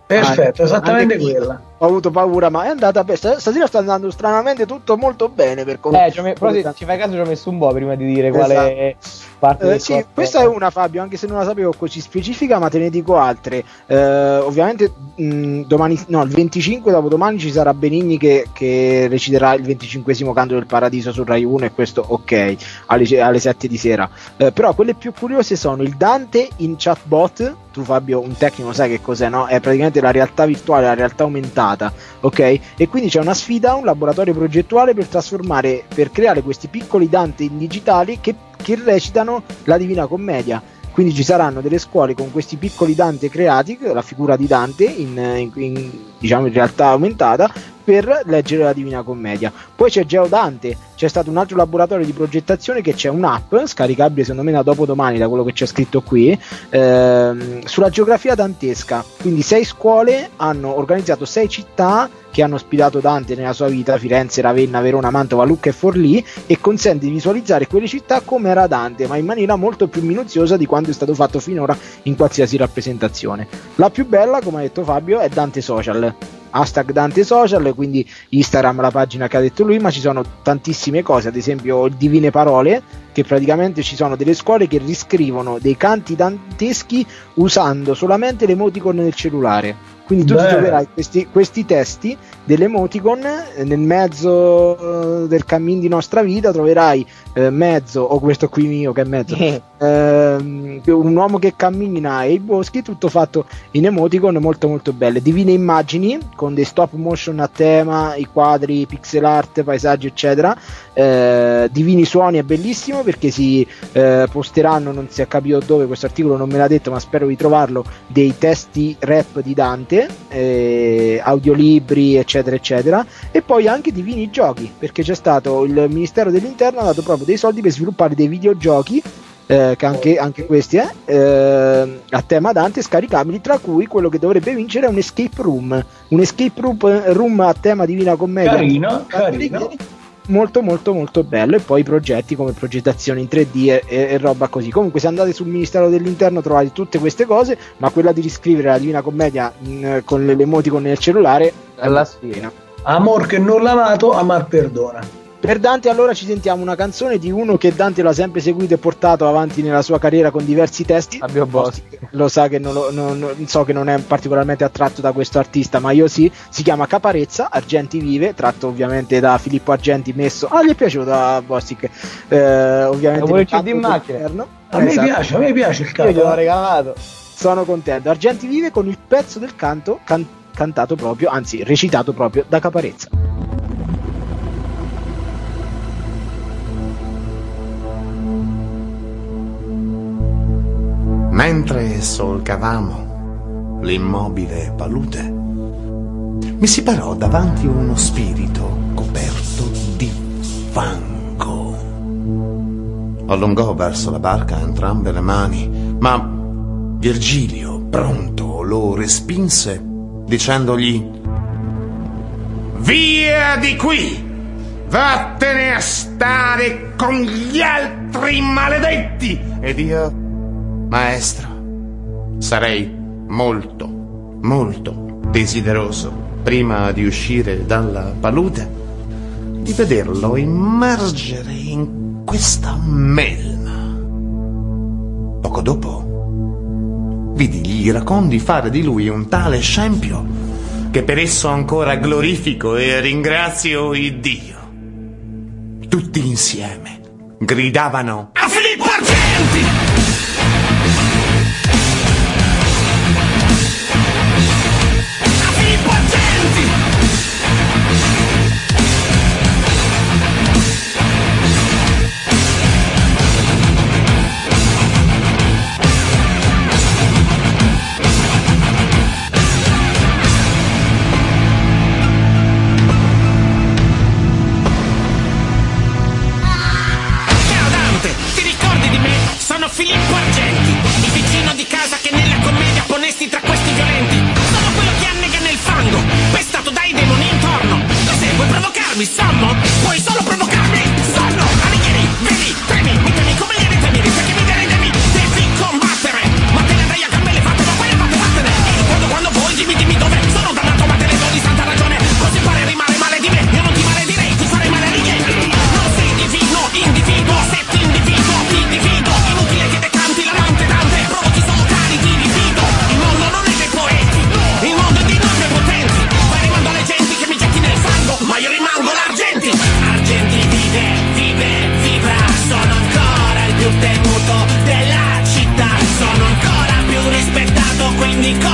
Perfetto, esattamente anche qui quella. Ho avuto paura, ma è andata bene. Stasera sta andando stranamente tutto molto bene. Per come Però se ci fai caso ci ho messo un po' prima di dire Esatto. quale parte del sì, corpo. questa è una, Fabio, anche se non la sapevo così specifica, ma te ne dico altre. Ovviamente domani, no, il 25 dopodomani ci sarà Benigni che reciterà il 25esimo Canto del Paradiso su Rai 1, e questo ok, alle 7 di sera. Però quelle più curiose sono il Dante in chatbot. Tu, Fabio, un tecnico, sai che cos'è, no? È praticamente la realtà virtuale, la realtà aumentata, ok? E quindi c'è una sfida, un laboratorio progettuale per creare questi piccoli Dante in digitali che recitano la Divina Commedia. Quindi ci saranno delle scuole con questi piccoli Dante creati, la figura di Dante diciamo in realtà aumentata, per leggere la Divina Commedia. Poi c'è Geodante, c'è stato un altro laboratorio di progettazione, che c'è un'app scaricabile secondo me da dopodomani, da quello che c'è scritto qui, sulla geografia dantesca. Quindi 6 scuole hanno organizzato 6 città che hanno ospitato Dante nella sua vita: Firenze, Ravenna, Verona, Mantova, Lucca e Forlì, e consente di visualizzare quelle città come era Dante, ma in maniera molto più minuziosa di quanto è stato fatto finora in qualsiasi rappresentazione. La più bella, come ha detto Fabio, è Dante Social, hashtag Dante Social, quindi Instagram, la pagina che ha detto lui, ma ci sono tantissime cose, ad esempio Divine Parole, che praticamente ci sono delle scuole che riscrivono dei canti danteschi usando solamente l'emoticon nel cellulare. Quindi tu ti troverai questi testi dell'emoticon nel mezzo del cammin di nostra vita, troverai mezzo, o questo qui mio che è mezzo, un uomo che cammina e i boschi, tutto fatto in emoticon, molto molto belle. Divine immagini con dei stop motion a tema, i quadri, pixel art, paesaggi eccetera. Divini suoni è bellissimo perché si posteranno, non si è capito dove, questo articolo non me l'ha detto ma spero di trovarlo, dei testi rap di Dante, audiolibri eccetera eccetera. E poi anche divini giochi, perché c'è stato il Ministero dell'Interno ha dato proprio dei soldi per sviluppare dei videogiochi che anche questi a tema Dante, scaricabili, tra cui quello che dovrebbe vincere è un escape room a tema Divina Commedia, carino, molto molto molto bello. E poi progetti come progettazione in 3D e roba così. Comunque se andate sul Ministero dell'Interno trovate tutte queste cose, ma quella di riscrivere la Divina Commedia con l'emoticon nel cellulare è la sfida. Amor che non l'ha amato, amar perdona. Per Dante allora ci sentiamo una canzone di uno che Dante l'ha sempre seguito e portato avanti nella sua carriera con diversi testi. Fabio Boschi. Lo sa che non so che non è particolarmente attratto da questo artista, ma io sì. Si chiama Caparezza, Argenti Vive, tratto ovviamente da Filippo Argenti, messo. Gli è piaciuto a Bostic, ovviamente. Vuole il CD in macchina. A me piace il canto. Io gliel'ho regalato. Sono contento. Argenti Vive con il pezzo del canto cantato proprio, anzi recitato proprio da Caparezza. Mentre solcavamo l'immobile palude, mi si parò davanti uno spirito coperto di fango. Allungò verso la barca entrambe le mani, ma Virgilio, pronto, lo respinse dicendogli: «Via di qui! Vattene a stare con gli altri maledetti!» Ed io, maestro, sarei molto, molto desideroso, prima di uscire dalla palude, di vederlo immergere in questa melma. Poco dopo vidi gli iracondi fare di lui un tale scempio che per esso ancora glorifico e ringrazio Iddio. Tutti insieme gridavano: «A Filippo Argenti!» Filippo Argenti, il vicino di casa che nella commedia ponesti tra questi violenti. Sono quello che annega nel fango, pestato dai demoni intorno. Cos'è? Vuoi provocarmi, sommo? Puoi solo provocarmi, sonno. Alighieri, vedi, temi, mi temi come gli temi, perché mi devi combattere. Ma te ne andrai a gambe le fatte, ma poi le fatte vattene. E quando vuoi dimmi dove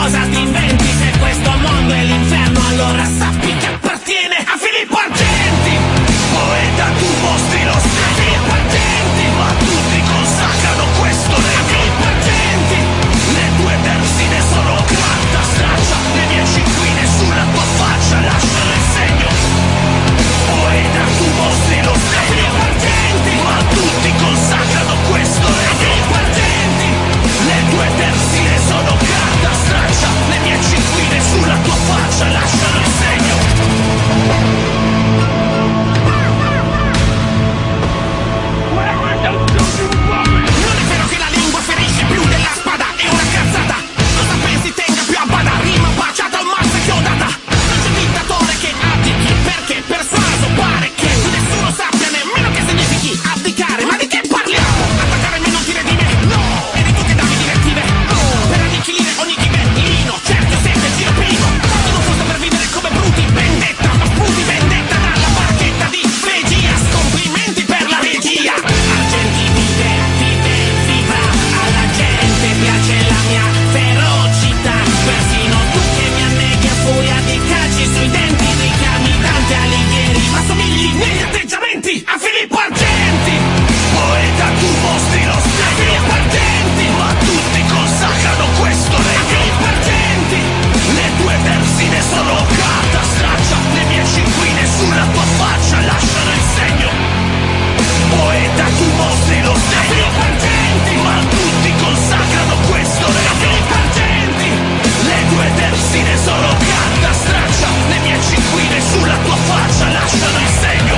cosa ti inventi? Se questo mondo è l'inferno, allora sappi che appartiene a Filippo Argenti. Poeta, tu mostri lo stile a Filippo Argenti, ma tutti consacrano questo re a Filippo Argenti. Le tue terzine sono carta straccia, le mie cinquine sulla tua faccia lasciano il segno. Poeta, tu mostri lo stile a Filippo Argenti, ma tutti consacrano questo re a Filippo Argenti. Le tue terzine sono carta straccia, le mie cinquine sulla tua faccia lasciano il segno. Non è vero che la lingua ferisce più della spada, è una cazzata. Cosa pensi tenga più a bada? Rima baciata o mazza chiodata? Non c'è dittatore che abdichi, perché persuaso pare che nessuno sappia nemmeno che significhi abdicare. Ma di che parliamo? Attaccare me non ti redime? No! Eri tu che davi direttive? No! Per annichilire ogni ghibellino, certo sempre giro primo. Tu non fosse per vivere come bruti, vendetta, ma sputi vendetta dalla barchetta di regia. Complimenti per la regia. Argenti vive, vive, viva. Alla gente piace la mia ferocità. Persino tu che mi anneghi a furia di calci sui denti, ricami Dante Alighieri, ma somigli negli atteggiamenti a Filippo Argenti. Poeta, tu mostri lo stile a Filippo Argenti, ma tutti consacrano questo re a Filippo Argenti. Le tue terzine sono carta straccia, le mie cinquine sulla tua faccia lasciano il segno. Poeta, tu mostri lo stile a Filippo Argenti, ma tutti consacrano questo re a Filippo Argenti. Le tue terzine sono carta straccia, le mie cinquine sulla tua faccia lasciano il segno.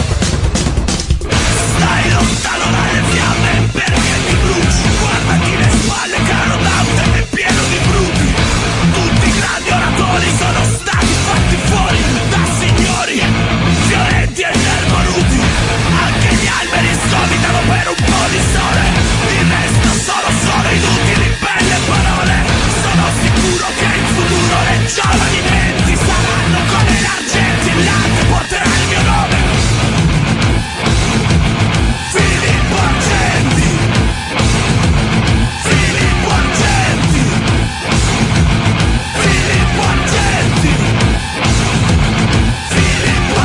Stai lontano dalle fiamme perché ti bruci. Guardati le spalle, caro Dante, è pieno di bruti. Tutti i grandi oratori sono stati fatti fuori da signori violenti e nervoruti. Anche gli alberi scomitano per un po' di sole. Il resto sono inutili belle parole. Sono sicuro che in futuro le giovani menti saranno come l'Argenti, l'arte porterà il mio nome. Filippo Argenti, Filippo Argenti, Filippo Argenti, Filippo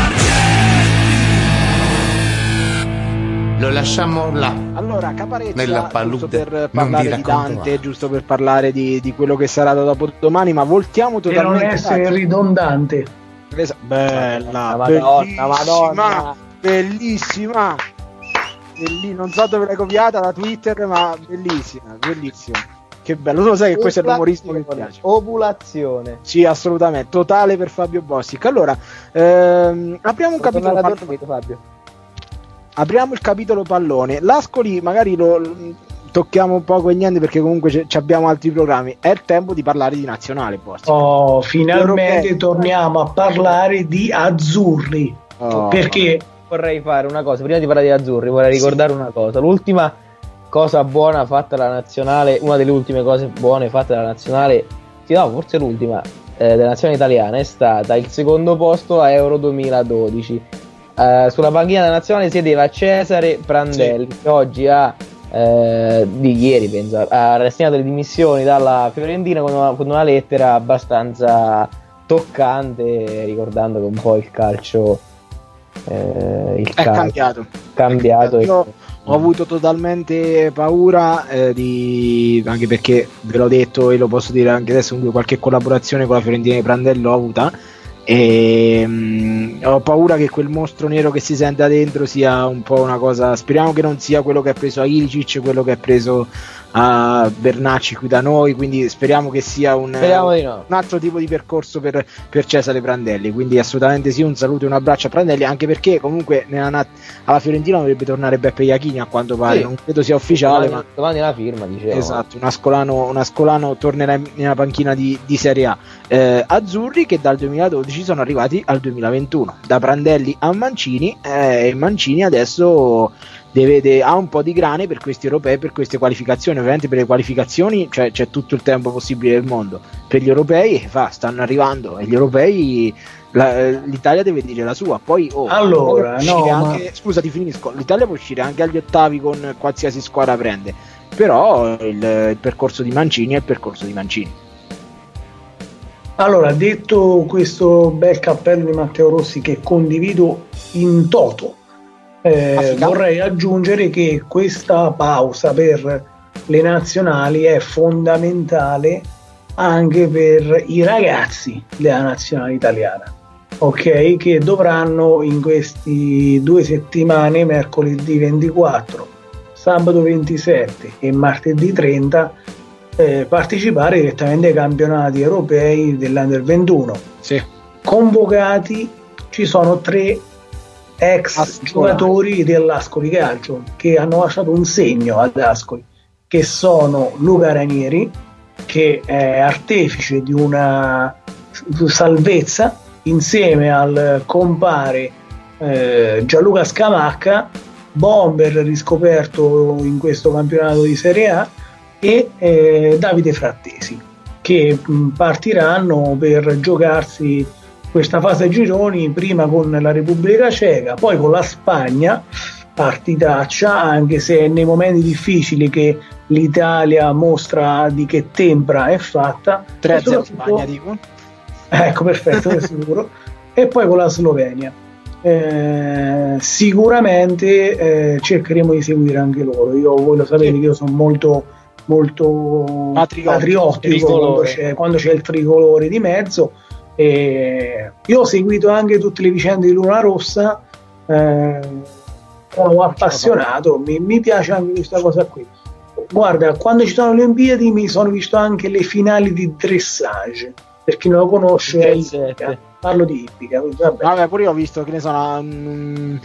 Argenti. Lo lasciamo là. Allora, Caparezza, Nella giusto palude. per Non parlare vi di racconto Dante, altro. giusto per parlare di quello che sarà dopo domani, ma voltiamo Per non totalmente. essere ridondante. Bella, Madonna, Madonna. bellissima. Non so dove l'hai copiata da Twitter, ma bellissima, bellissima. Che bello, tu lo sai che questo è l'umorismo che mi piace. Ovulazione. Sì, assolutamente, totale per Fabio Bossic. Allora, apriamo un capitolo Fabio. apriamo il capitolo pallone. L'Ascoli magari lo tocchiamo poco e niente perché comunque abbiamo altri programmi. È il tempo di parlare di nazionale, Bossic. Oh, finalmente Europei. torniamo a parlare di azzurri. Oh. Perché Vorrei fare una cosa, prima di parlare di azzurri, vorrei ricordare una cosa. L'ultima cosa buona fatta dalla nazionale, una delle ultime cose buone fatte dalla nazionale, sì, no, forse l'ultima, della nazionale italiana, è stata il secondo posto a Euro 2012. Sulla panchina della nazionale sedeva Cesare Prandelli, che oggi di ieri penso, ha rassegnato le dimissioni dalla Fiorentina con una lettera abbastanza toccante, ricordando che un po' il calcio È cambiato. cambiato. Io ho avuto totalmente paura anche perché ve l'ho detto e lo posso dire anche adesso, comunque qualche collaborazione con la Fiorentina di Prandelli l'ho avuta e ho paura che quel mostro nero che si senta dentro sia un po' una cosa, speriamo che non sia quello che ha preso a Ilicic, quello che ha preso a Bernacci qui da noi, quindi speriamo che sia un altro tipo di percorso per Cesare Prandelli, quindi assolutamente sì, un saluto e un abbraccio a Prandelli, anche perché comunque alla Fiorentina dovrebbe tornare Beppe Iachini a quanto pare, non credo sia ufficiale, domani la firma, dicevo. Esatto, un ascolano tornerà nella panchina di Serie A. Azzurri che dal 2012 sono arrivati al 2021, da Prandelli a Mancini, e Mancini adesso ha un po' di grane per questi europei, per queste qualificazioni. Ovviamente per le qualificazioni c'è tutto il tempo possibile del mondo, per gli europei stanno arrivando e gli europei l'Italia deve dire la sua, poi allora scusa ti finisco, l'Italia può uscire anche agli ottavi con qualsiasi squadra prende, però il percorso di Mancini è il percorso di Mancini. Allora, detto questo bel cappello di Matteo Rossi che condivido in toto, vorrei aggiungere che questa pausa per le nazionali è fondamentale anche per i ragazzi della nazionale italiana, ok? Che dovranno in questi 2 settimane, mercoledì 24, sabato 27 e martedì 30, partecipare direttamente ai campionati europei dell'Under 21. Sì. Convocati ci sono 3 ex giocatori dell'Ascoli Calcio che hanno lasciato un segno ad Ascoli, che sono Luca Ranieri, che è artefice di una salvezza insieme al compare Gianluca Scamacca, bomber riscoperto in questo campionato di Serie A, e Davide Frattesi, che partiranno per giocarsi questa fase ai gironi, prima con la Repubblica Ceca, poi con la Spagna, partitaccia, anche se è nei momenti difficili che l'Italia mostra di che tempra è fatta. 3-0 Spagna, dico. Ecco, perfetto, è sicuro. E poi con la Slovenia. Sicuramente cercheremo di seguire anche loro. Voi lo sapete che io sono molto patriottico quando c'è il tricolore di mezzo. Io ho seguito anche tutte le vicende di Luna Rossa, sono appassionato, mi piace anche questa cosa qui. Guarda, quando ci sono le Olimpiadi mi sono visto anche le finali di dressage, per chi non lo conosce è ippica. Parlo di ippica. Vabbè, pure io ho visto, che ne so, un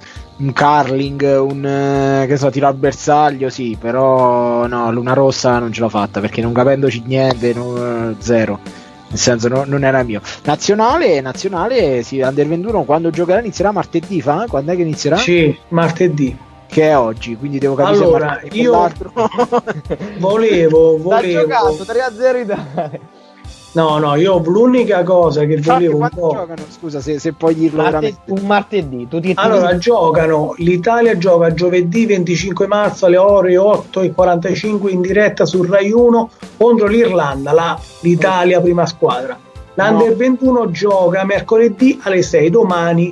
curling, che so, tiro al bersaglio, sì, però no, Luna Rossa non ce l'ho fatta, perché non capendoci niente, zero, nel senso non era mio. Nazionale, sì, Under 21 quando giocherà inizierà martedì, quando è che inizierà? Sì, martedì, che è oggi, quindi devo capire. Allora, io volevo sta giocando 3-0 Italia. No, io l'unica cosa che volevo un po'... giocano, scusa, se puoi dirlo veramente. Un martedì. Allora, giocano, l'Italia gioca giovedì 25 marzo alle ore 8:45 in diretta su Rai 1 contro l'Irlanda, l'Italia prima squadra. L'Under 21 gioca mercoledì alle 6, domani,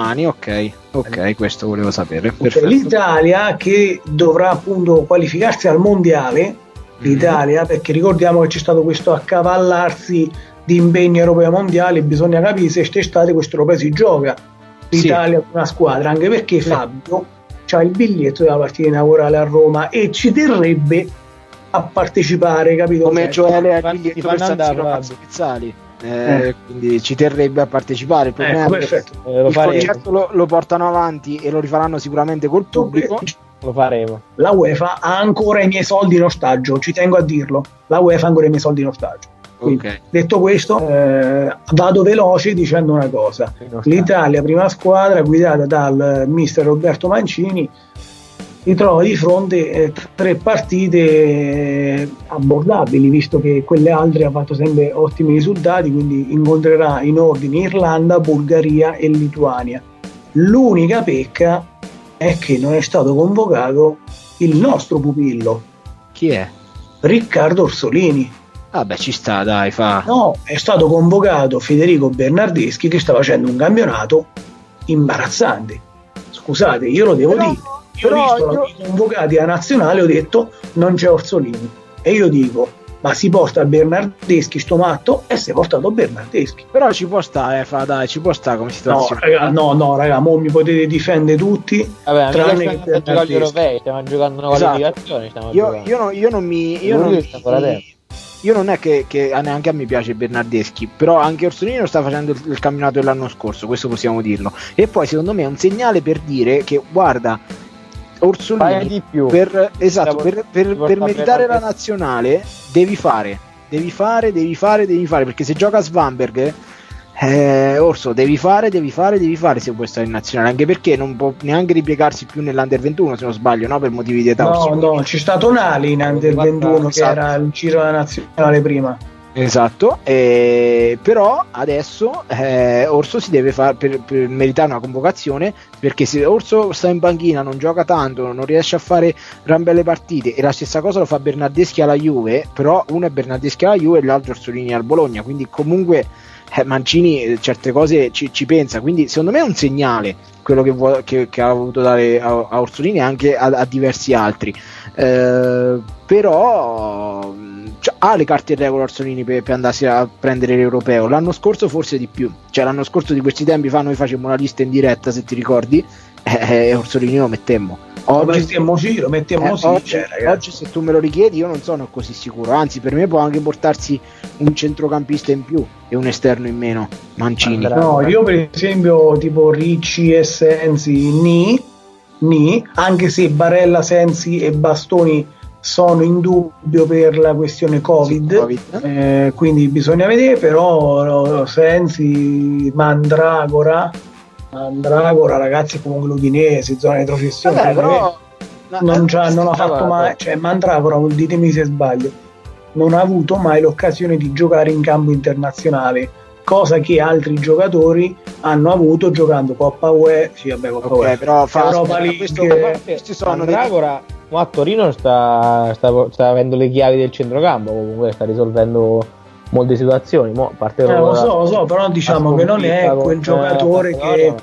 ok, questo volevo sapere. Okay, l'Italia che dovrà appunto qualificarsi al mondiale, l'Italia, perché ricordiamo che c'è stato questo accavallarsi di impegni europei mondiali, bisogna capire se quest'estate questo europeo si gioca, l'Italia è una squadra, anche perché Fabio c'ha il biglietto della partita inaugurale a Roma e ci terrebbe a partecipare, capito? Come Gioele ha il biglietto per San Siro Mazzo Pizzali. Quindi ci terrebbe a partecipare. Il problema è che il concetto lo portano avanti e lo rifaranno sicuramente col pubblico. Lo faremo. La UEFA ha ancora i miei soldi in ostaggio, ci tengo a dirlo. La UEFA ha ancora i miei soldi in ostaggio. Quindi, detto questo, vado veloce dicendo una cosa: l'Italia prima squadra guidata dal mister Roberto Mancini si trova di fronte 3 partite abbordabili, visto che quelle altre ha fatto sempre ottimi risultati, quindi incontrerà in ordine Irlanda, Bulgaria e Lituania. L'unica pecca è che non è stato convocato il nostro pupillo. Chi è? Riccardo Orsolini. Vabbè, ci sta, dai, fa. No, è stato convocato Federico Bernardeschi, che sta facendo un campionato imbarazzante. Scusate, io lo devo dire. Io ho visto i convocati a nazionale, ho detto non c'è Orsolini. E io dico, ma si porta Bernardeschi sto matto, e si è portato Bernardeschi. Però ci può stare, ci può stare come situazione. No, raga, mo mi potete difendere tutti. Vabbè, tranne che stiamo giocando agli europei, stiamo giocando una qualificazione. Io non è che neanche a me piace Bernardeschi, però anche Orsolini lo sta facendo il campionato dell'anno scorso, questo possiamo dirlo. E poi secondo me è un segnale per dire che, guarda, Orsolini di più. per meritare la nazionale devi fare, perché se gioca a Svanberg, Orso devi fare se vuoi stare in nazionale, anche perché non può neanche ripiegarsi più nell'Under 21, se non sbaglio, no? Per motivi di età. No, c'è stato Nali in Under 21 che era il giro della nazionale prima. Esatto, però adesso Orso si deve fare per meritare una convocazione, perché se Orso sta in panchina, non gioca tanto, non riesce a fare gran belle partite, e la stessa cosa lo fa Bernardeschi alla Juve, però uno è Bernardeschi alla Juve e l'altro Orsolini al Bologna, quindi comunque Mancini certe cose ci pensa, quindi secondo me è un segnale quello che ha voluto dare a Orsolini, anche a diversi altri, però ha le carte in regola Orsolini per andarsi a prendere l'europeo. L'anno scorso forse di più, cioè l'anno scorso di questi tempi fa noi facemmo una lista in diretta, se ti ricordi, Orsolini lo mettemmo. Oggi, lo mettiamo oggi se tu me lo richiedi io non sono così sicuro, anzi per me può anche portarsi un centrocampista in più e un esterno in meno, Mancini. No, io per esempio tipo Ricci e Sensi anche se Barella, Sensi e Bastoni sono in dubbio per la questione Covid. Quindi bisogna vedere, però Sensi, Mandragora ragazzi, comunque l'Udinese, zona di professione, però non ha fatto mai, cioè Mandragora, ditemi se sbaglio, non ha avuto mai l'occasione di giocare in campo internazionale, cosa che altri giocatori hanno avuto giocando Coppa UE, UE, però Europa League. Questi sono Mandragora a Torino sta avendo le chiavi del centrocampo, comunque sta risolvendo molte situazioni. A parte lo so, però diciamo che non è quel giocatore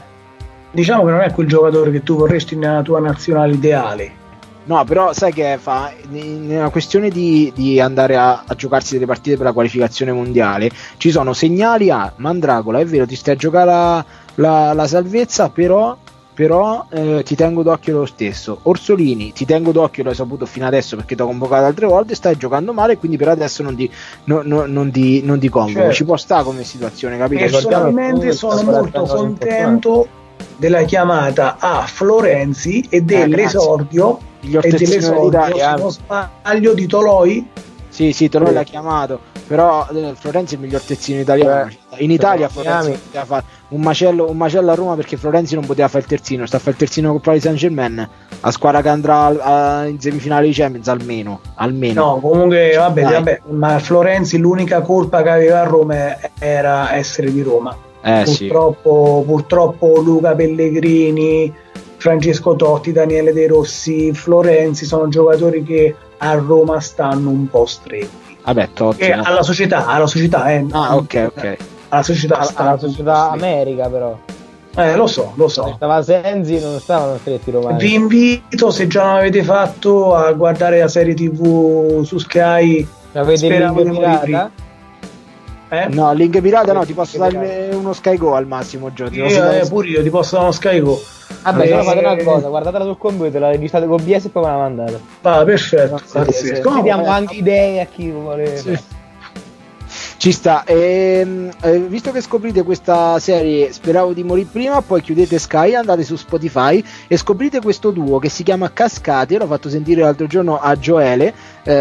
che tu vorresti nella tua nazionale ideale. No, però sai che fa nella questione di andare a giocarsi delle partite per la qualificazione mondiale, ci sono segnali a Mandragola, è vero, ti stai a giocare la salvezza, però ti tengo d'occhio lo stesso. Orsolini ti tengo d'occhio, l'hai saputo fino adesso perché ti ho convocato altre volte, stai giocando male, quindi per adesso non ti convoco. Certo. Ci può stare come situazione, capito? Personalmente sono molto contento della chiamata a Florenzi e dell'esordio se non sbaglio di Toloi. Sì, Toloi l'ha chiamato, però Florenzi è il miglior terzino italiano. In Italia Florenzi poteva fare un macello a Roma, perché Florenzi non poteva fare il terzino, sta a fare il terzino con Paris Saint-Germain, a squadra che andrà in semifinale di Champions almeno. No, comunque vabbè, ma Florenzi l'unica colpa che aveva a Roma era essere di Roma. Purtroppo Luca Pellegrini, Francesco Totti, Daniele De Rossi, Florenzi sono giocatori che a Roma stanno un po' stretti. Vabbè, Totti alla società ok. Alla società America, però lo so. Stava Sensi, non stavano stretti romani. Vi invito, se già non avete fatto, a guardare la serie TV su Sky. Avete Link Pirata? No, Link Pirata no, ti posso dare uno Sky Go al massimo, Gio. Pure io ti posso dare uno Sky Go. Vabbè, fate una cosa, guardatela sul computer, la registrate con OBS e poi me la mandate. Perfetto. Così diamo anche idee a chi vuole. Sì. Ci sta. Visto che scoprite questa serie Speravo di morire prima, poi chiudete Sky, andate su Spotify e scoprite questo duo che si chiama Cascate. L'ho fatto sentire l'altro giorno a Gioele.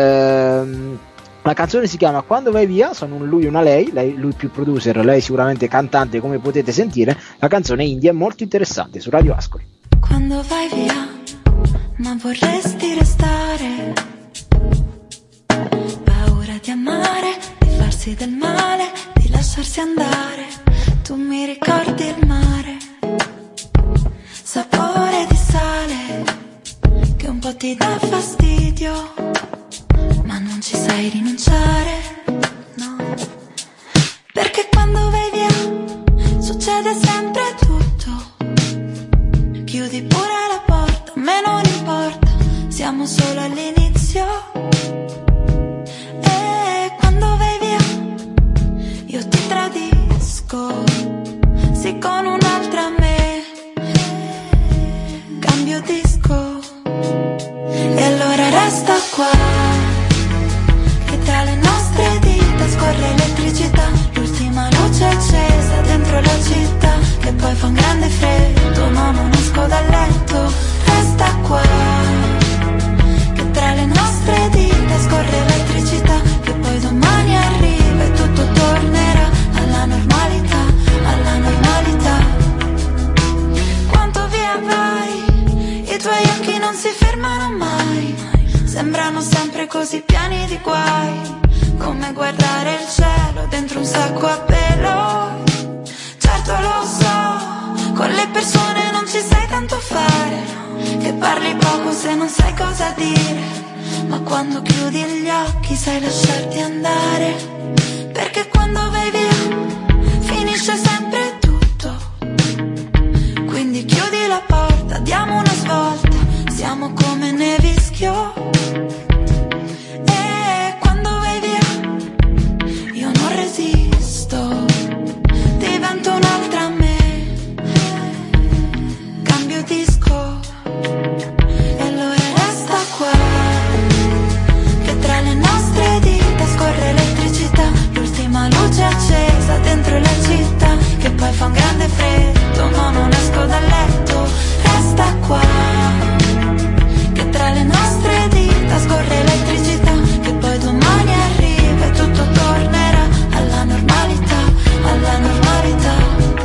La canzone si chiama Quando vai via, sono un lui e una lei, lui più producer, lei sicuramente cantante, come potete sentire. La canzone indie è molto interessante, su Radio Ascoli. Quando vai via, ma vorresti restare, paura di amare, di farsi del male, di lasciarsi andare. Tu mi ricordi il mare, sapore di sale, che un po' ti dà fastidio, ma non ci sai rinunciare, no. Perché quando vai via succede sempre tutto. Chiudi pure la porta, a me non importa, siamo solo all'inizio. E quando vai via io ti tradisco, sì, con un'altra me cambio disco. E allora resta qua, tra le nostre dita scorre elettricità, l'ultima luce accesa dentro la città, che poi fa un grande freddo, ma non esco dal letto. Resta qua, che tra le nostre dita scorre elettricità, che poi domani arriva e tutto tornerà alla normalità, alla normalità. parli poco se non sai cosa dire, ma quando chiudi gli occhi sai lasciarti andare, perché quando vai via finisce sempre tutto. Quindi chiudi la porta, diamo una svolta, siamo come nevischio. E quando vai via io non resisto, divento un'altra me, cambio disco e lui resta qua, che tra le nostre dita scorre elettricità, l'ultima luce accesa dentro la città, che poi fa un grande freddo ma non esco dal letto, resta qua, che tra le nostre dita scorre elettricità, che poi domani arriva e tutto tornerà alla normalità, alla normalità.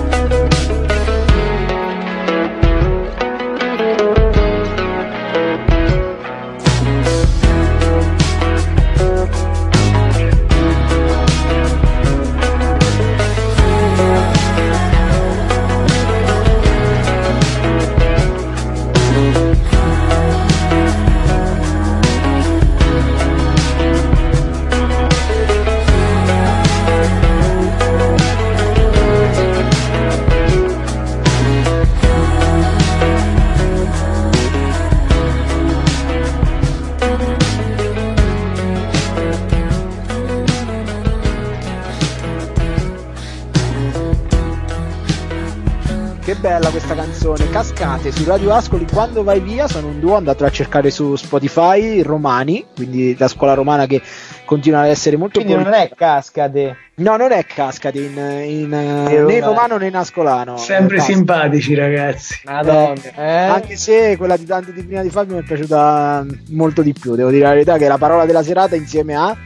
Che bella questa canzone, Cascate su Radio Ascoli, Quando vai via, sono un duo, andatelo a cercare su Spotify, romani, quindi la scuola romana che continua ad essere molto Quindi non è Cascade. No, non è Cascade né in romano né in ascolano. Sempre Cascade. simpatici ragazzi. Madonna, Anche se quella di Dante di prima di Fabio mi è piaciuta molto di più, devo dire la verità, che è la parola della serata insieme a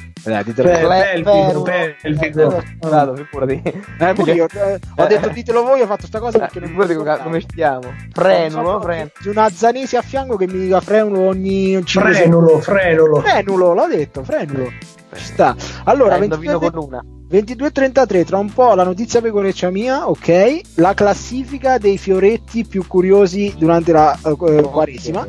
ho detto ditelo voi, ho fatto sta cosa perché non come stiamo? Frenulo, di una Zanesi a fianco che mi dica frenulo ogni 5 frenulo, l'ho detto, frenulo. Ci sta. Allora, 22:33, tra un po' la notizia pecoreccia mia, ok? La classifica dei fioretti più curiosi durante la Quaresima.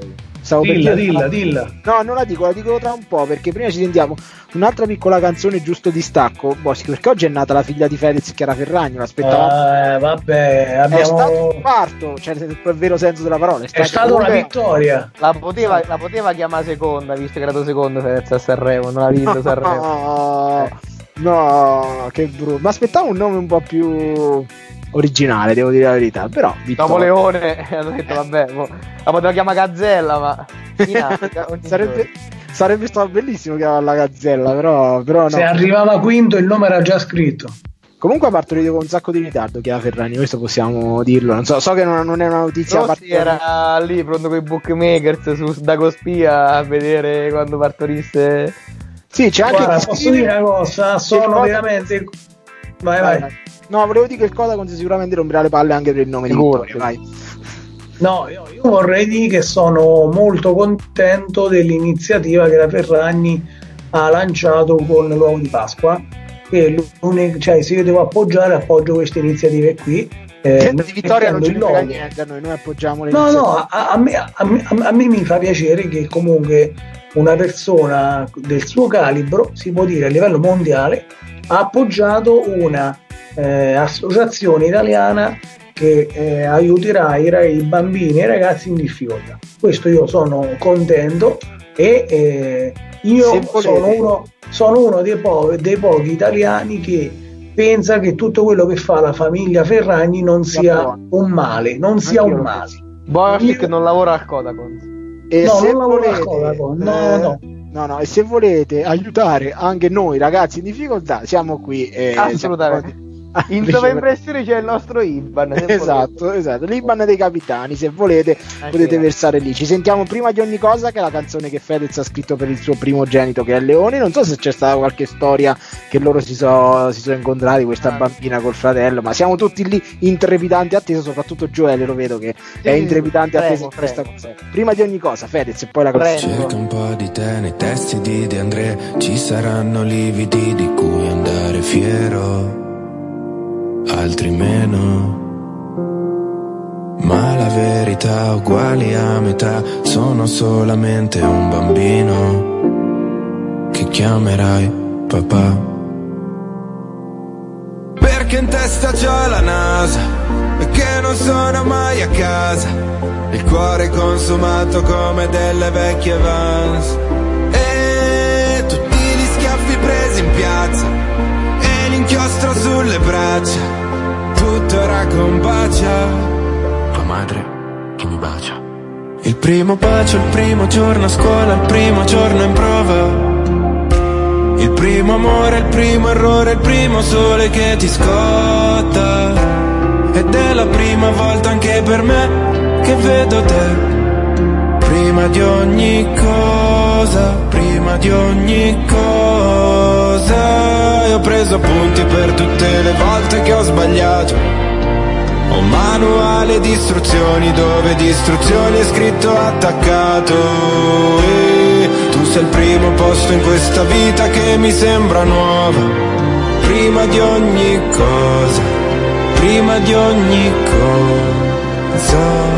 Dilla. No, non la dico tra un po', perché prima ci sentiamo un'altra piccola canzone giusto di stacco, perché oggi è nata la figlia di Fedez, Chiara Ferragni, l'aspettavamo. Vabbè, è stato un parto, cioè nel vero senso della parola, è stata una vittoria. La poteva chiamare seconda, visto che era dato secondo Fedez a Sanremo, non ha vinto Sanremo. No, che brutto. Ma aspettavo un nome un po' più originale, devo dire la verità, però dopo Leone hanno detto vabbè, la poteva chiamare Gazzella, ma in Africa sarebbe stato bellissimo chiamarla Gazzella, però no. Se arrivava quinto il nome era già scritto. Comunque ha partorito con un sacco di ritardo Chiara Ferragni, questo possiamo dirlo, non so che non è una notizia era lì pronto con i bookmakers su Dagospia a vedere quando partorisse. Sì, c'è anche. Guarda, posso dire una cosa, sono veramente vai. No, volevo dire che il Codacons sicuramente romperà le palle anche per il nome di Vittoria, vai. No, io vorrei dire che sono molto contento dell'iniziativa che la Ferragni ha lanciato con l'uovo di Pasqua, che cioè se io devo appoggiare, appoggio queste iniziative qui. Di Vittoria non ci frega niente, noi appoggiamo le iniziative. No, a me mi fa piacere che comunque una persona del suo calibro, si può dire a livello mondiale, ha appoggiato una associazione italiana che aiuterà i bambini e i ragazzi in difficoltà. Questo io sono contento e io sono uno dei pochi italiani che pensa che tutto quello che fa la famiglia Ferragni non sia un male, non sia un male. Borsik non lavora al Codacons. No, e se volete aiutare anche noi ragazzi in difficoltà, siamo qui. Assolutamente. In sovraimpressione c'è il nostro IBAN. Esatto, l'IBAN dei capitani, se volete potete versare lì. Ci sentiamo prima di ogni cosa, che è la canzone che Fedez ha scritto per il suo primogenito che è Leone. Non so se c'è stata qualche storia che loro si sono incontrati, questa bambina col fratello, ma siamo tutti lì intrepidanti atteso, soprattutto Gioele lo vedo che è intrepidante atteso di questa cosa. Prima di ogni cosa Fedez e poi la canzone. Cerca un po' di te nei testi di De André, ci saranno lividi di cui andare fiero, altri meno, ma la verità uguali a metà. Sono solamente un bambino che chiamerai papà. Perché in testa c'ho la nausea e che non sono mai a casa. Il cuore consumato come delle vecchie Vans. E tutti gli schiaffi presi in piazza e l'inchiostro sulle braccia. Tutto era con bacia. Tua madre che mi bacia. Il primo bacio, il primo giorno a scuola, il primo giorno in prova. Il primo amore, il primo errore, il primo sole che ti scotta. Ed è la prima volta anche per me che vedo te. Prima di ogni cosa, prima di ogni cosa. E ho preso appunti per tutte le volte che ho sbagliato. Ho un manuale di istruzioni dove di istruzioni è scritto attaccato. E tu sei il primo posto in questa vita che mi sembra nuova. Prima di ogni cosa, prima di ogni cosa.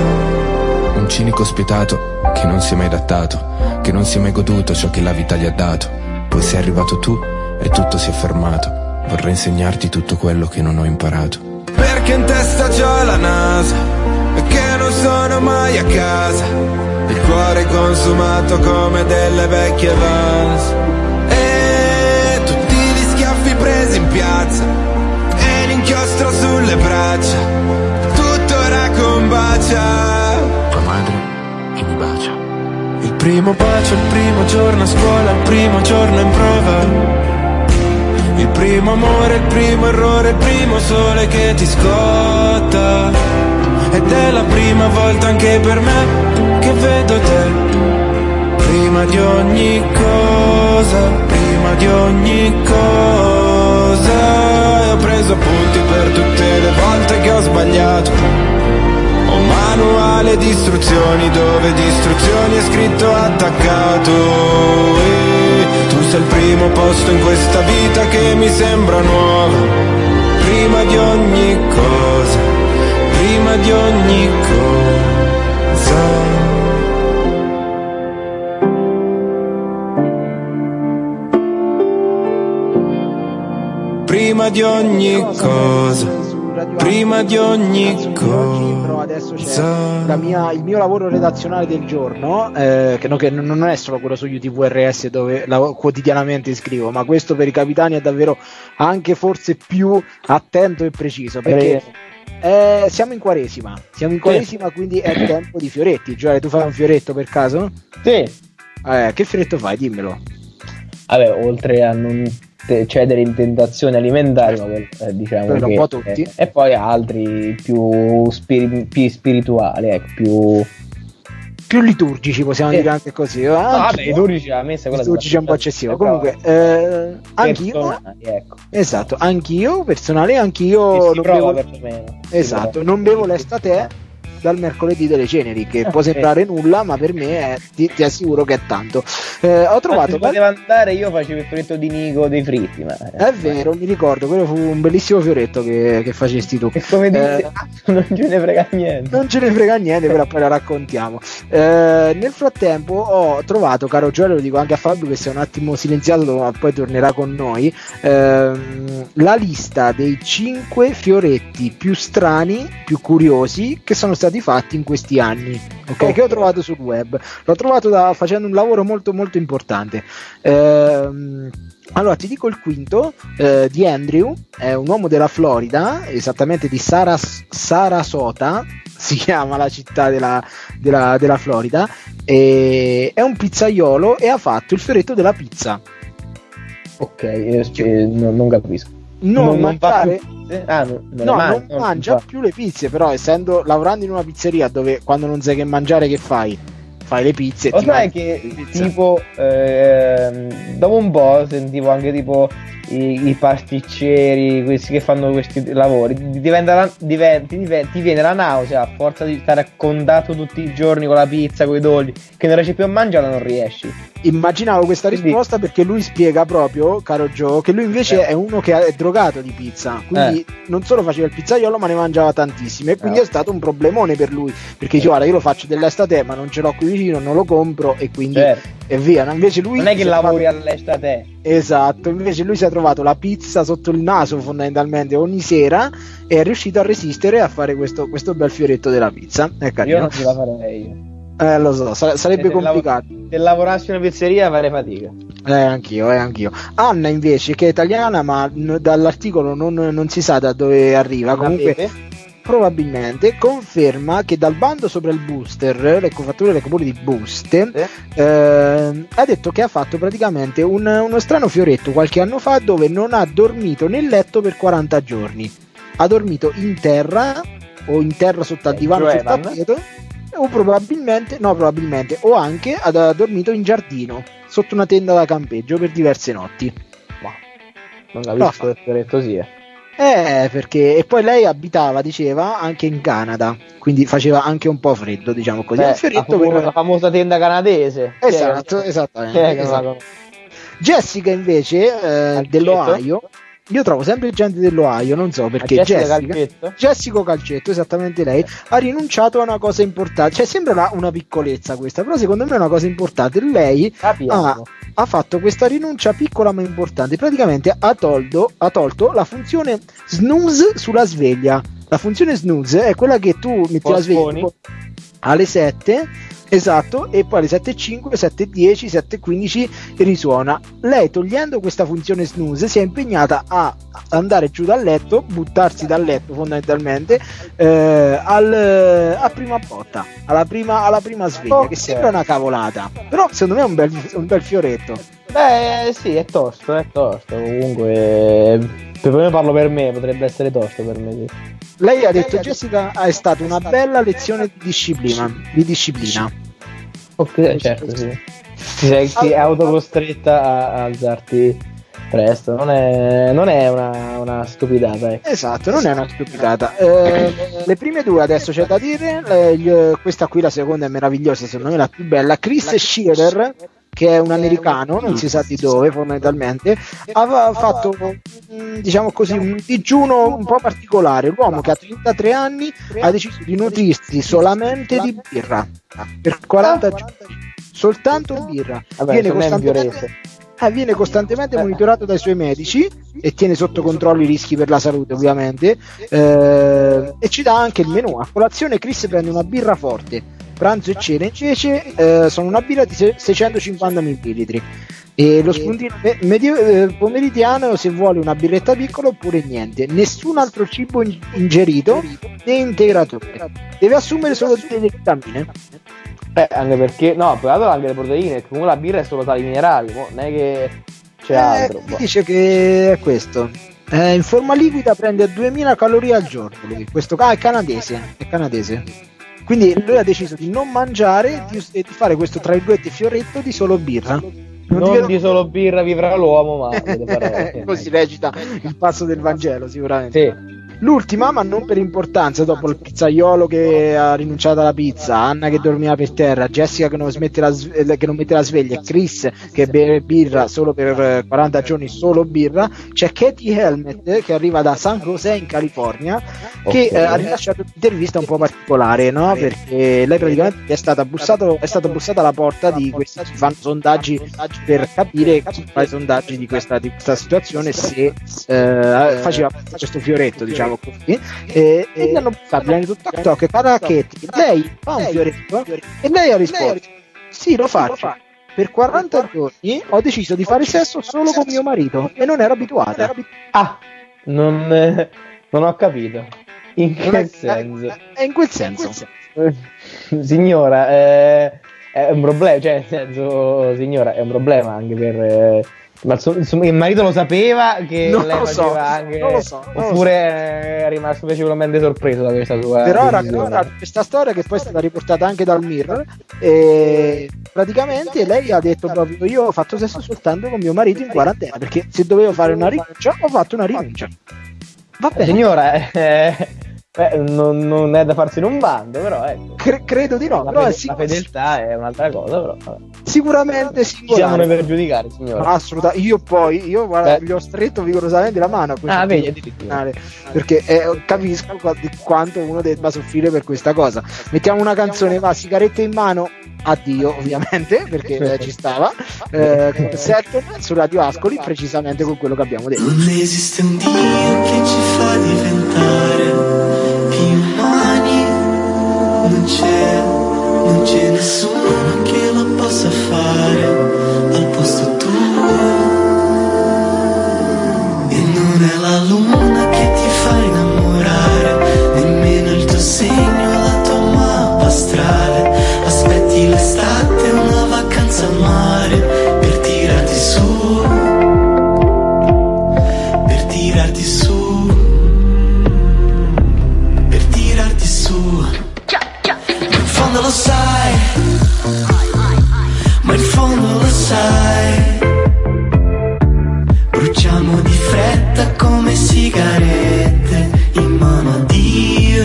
Un cinico spietato che non si è mai adattato, che non si è mai goduto ciò che la vita gli ha dato. Poi sei arrivato tu e tutto si è fermato. Vorrei insegnarti tutto quello che non ho imparato. Perché in testa c'ho la nausea e che non sono mai a casa. Il cuore consumato come delle vecchie Vans. E tutti gli schiaffi presi in piazza e l'inchiostro sulle braccia. Tutto ora combacia. Tua madre che mi bacia. Il primo bacio, il primo giorno a scuola, il primo giorno in prova. Il primo amore, il primo errore, il primo sole che ti scotta. Ed è la prima volta anche per me che vedo te. Prima di ogni cosa, prima di ogni cosa. E ho preso appunti per tutte le volte che ho sbagliato. Ho un manuale di istruzioni dove di istruzioni è scritto attaccato. E tu sei il primo posto in questa vita che mi sembra nuova. Prima di ogni cosa, prima di ogni cosa. Prima di ogni cosa, prima di ogni cosa. Però adesso c'è il mio lavoro redazionale del giorno, che non è solo quello su UTVRS dove quotidianamente scrivo, ma questo per i capitani è davvero anche forse più attento e preciso, perché siamo in Quaresima, quindi è tempo di fioretti. Gioele, tu fai un fioretto per caso? Sì. Che fioretto fai? Dimmelo. Vabbè, oltre a non cedere in tentazioni alimentari, ma diciamo quello che un po' tutti. E poi altri più spirituali, ecco, più liturgici, possiamo dire anche così. Vabbè, liturgici la messa, quella liturgici è un po' eccessivo. Comunque, anch'io, ecco. Esatto, anch'io personale, anch'io non bevo, esatto, non bevo l'estate dal mercoledì delle ceneri, che può sembrare nulla, ma per me ti assicuro che è tanto. Ho trovato. Poteva andare, io facevo il fioretto di Nico dei fritti, ma è vero, mi ricordo, quello fu un bellissimo fioretto che facesti tu. E come dici, non ce ne frega niente. Non ce ne frega niente, però poi la raccontiamo. Nel frattempo ho trovato, caro Gioele, lo dico anche a Fabio che si è un attimo silenziato, ma poi tornerà con noi, la lista dei 5 fioretti più strani, più curiosi che sono stati fatti in questi anni, ok? Che ho trovato sul web. L'ho trovato facendo un lavoro molto molto importante. Allora ti dico il quinto, di Andrew, è un uomo della Florida, esattamente di Sarasota si chiama la città della Florida, e è un pizzaiolo e ha fatto il fioretto della pizza. Ok, non capisco. Non mangiare? Non mangia più le pizze, però lavorando in una pizzeria dove quando non sai che mangiare che fai fai le pizze e Lo ti sai mangi che le pizze. tipo dopo un po' sentivo anche tipo i pasticceri, questi che fanno questi lavori, ti viene la nausea a forza di stare a contatto tutti i giorni con la pizza, con i dolci, che non riesci più a mangiare, non riesci. Immaginavo questa Quindi- risposta perché lui spiega proprio, caro Joe, che lui invece è uno che è drogato di pizza, quindi non solo faceva il pizzaiolo ma ne mangiava tantissime, e quindi è stato un problemone per lui, perché dice guarda io lo faccio dell'estate ma non ce l'ho qui vicino, non lo compro e quindi Certo. e via. No, invece lui Non è che si lavori trovato- all'estate. Esatto, invece lui si è trovato la pizza sotto il naso fondamentalmente ogni sera e è riuscito a resistere a fare questo bel fioretto della pizza. È Io carino. non ce la farei io. Lo so, sarebbe Se lav- complicato. Se lavorassi in una pizzeria farei fatica. Anch'io. Anna invece, che è italiana, ma dall'articolo non si sa da dove arriva. La Comunque, Pepe? probabilmente conferma che dal bando sopra il booster, l'ecofattore delle comuni di Boost, ha detto che ha fatto praticamente uno strano fioretto qualche anno fa dove non ha dormito nel letto per 40 giorni. Ha dormito in terra o in terra sotto al divano sul Joevan? tappeto. O probabilmente, o anche ha dormito in giardino sotto una tenda da campeggio per diverse notti. Non capisco che fioretto sia. Perché e poi lei abitava, diceva, anche in Canada, quindi faceva anche un po' freddo, diciamo così. Un fioretto la famosa tenda canadese. Esatto, esattamente. Chi è che non la esatto. conosce? Jessica invece dell'Ohio. Io trovo sempre gente dell'Ohio, non so perché. Jessica Calcetto, esattamente lei, ha rinunciato a una cosa importante. Cioè, sembra una piccolezza questa, però secondo me è una cosa importante. Lei ha fatto questa rinuncia piccola ma importante. Praticamente ha tolto la funzione snooze sulla sveglia. La funzione snooze è quella che tu metti la sveglia tipo alle 7. Esatto, e poi alle 7.05, 7.10, 7.15 risuona. Lei, togliendo questa funzione snooze, si è impegnata a andare giù dal letto, buttarsi dal letto fondamentalmente a prima botta, alla prima sveglia, che sembra una cavolata, però secondo me è un bel fioretto. Beh, sì, è tosto. Comunque, per me parlo per me, potrebbe essere tosto per me. Sì. Lei ha detto: Jessica, è stata una bella lezione di disciplina. Ok, certo, sì. Ti è autocostretta a alzarti presto, non è una stupidata. Ecco. Esatto, non è una stupidata. Le prime due adesso c'è da dire, questa qui, la seconda, è meravigliosa, secondo me la più bella. Chris Shearer, che è un americano, non si sa di dove fondamentalmente, aveva fatto diciamo così un digiuno un po' particolare. L'uomo che ha 33 anni ha deciso di nutrirsi solamente di birra per 40 giorni, soltanto birra. Viene costantemente monitorato dai suoi medici e tiene sotto controllo i rischi per la salute, ovviamente, e ci dà anche il menù. A colazione Chris prende una birra forte, pranzo e cena invece sono una birra di 650 ml e lo spuntino pomeridiano, se vuole, una birretta piccola oppure niente, nessun altro cibo ingerito né integratore, deve assumere solo delle vitamine. Anche perché anche le proteine, comunque la birra è solo sali minerali, non è che c'è altro. Dice che è questo. In forma liquida prende 2000 calorie al giorno. Questo è canadese. Quindi lui ha deciso di non mangiare e di fare questo, tra virgolette, fioretto di solo birra. Non di solo birra vivrà l'uomo, ma così recita il passo del Vangelo, sicuramente. Sì. L'ultima, ma non per importanza, dopo il pizzaiolo che ha rinunciato alla pizza, Anna che dormiva per terra, Jessica che non mette la sveglia, e Chris che beve birra solo per 40 giorni, solo birra, c'è Katie Helmet che arriva da San José in California, che ha rilasciato un'intervista un po' particolare, no? Perché lei praticamente è stata bussata alla porta di questi che fanno sondaggi per capire chi fa i sondaggi di questa situazione, se faceva questo fioretto, diciamo così, e gli hanno detto toc, cara Katie, lei fa un fioretto? E lei ha risposto: sì, lo faccio. Per 40 giorni ho deciso di fare sesso solo con mio marito e non ero abituata. Non ho capito. In che senso? È in quel senso. Signora, è un problema, cioè nel senso, signora, è un problema anche per... Ma il marito lo sapeva che non lei lo faceva so, anche, non lo so. oppure rimasto piacevolmente sorpreso da questa tua Però decisione. racconta questa storia che poi è stata riportata anche dal Mirror, e praticamente lei ha detto proprio: io ho fatto sesso soltanto con mio marito in quarantena, perché se dovevo fare una rinuncia ho fatto una rinuncia. Va bene, Signora, non è da farsi in un bando, però ecco. credo di no, La, però la fedeltà è un'altra cosa, però vabbè. sicuramente Ci siamo noi singolare. per giudicare, signora. Assolutamente, io guarda, gli ho stretto vigorosamente la mano a questo Vedi, tipo di addirittura. finale, perché capisco di quanto uno debba soffrire per questa cosa. Mettiamo una canzone, va, sigarette in mano, addio ovviamente, perché ci stava, con Saturn su Radio Ascoli, precisamente con quello che abbiamo detto. Non esiste un Dio che ci fa diventare più umani, non c'è nessuno che lo possa fare al posto tuo. E non è la luna che ti fa innamorare, nemmeno il tuo segno, la tua mappa astrale. Aspetti l'estate, una vacanza al mare per tirarti su, per tirarti su, per tirarti su. In fondo lo sai, ma in fondo lo sai, bruciamo di fretta come sigarette in mano a Dio.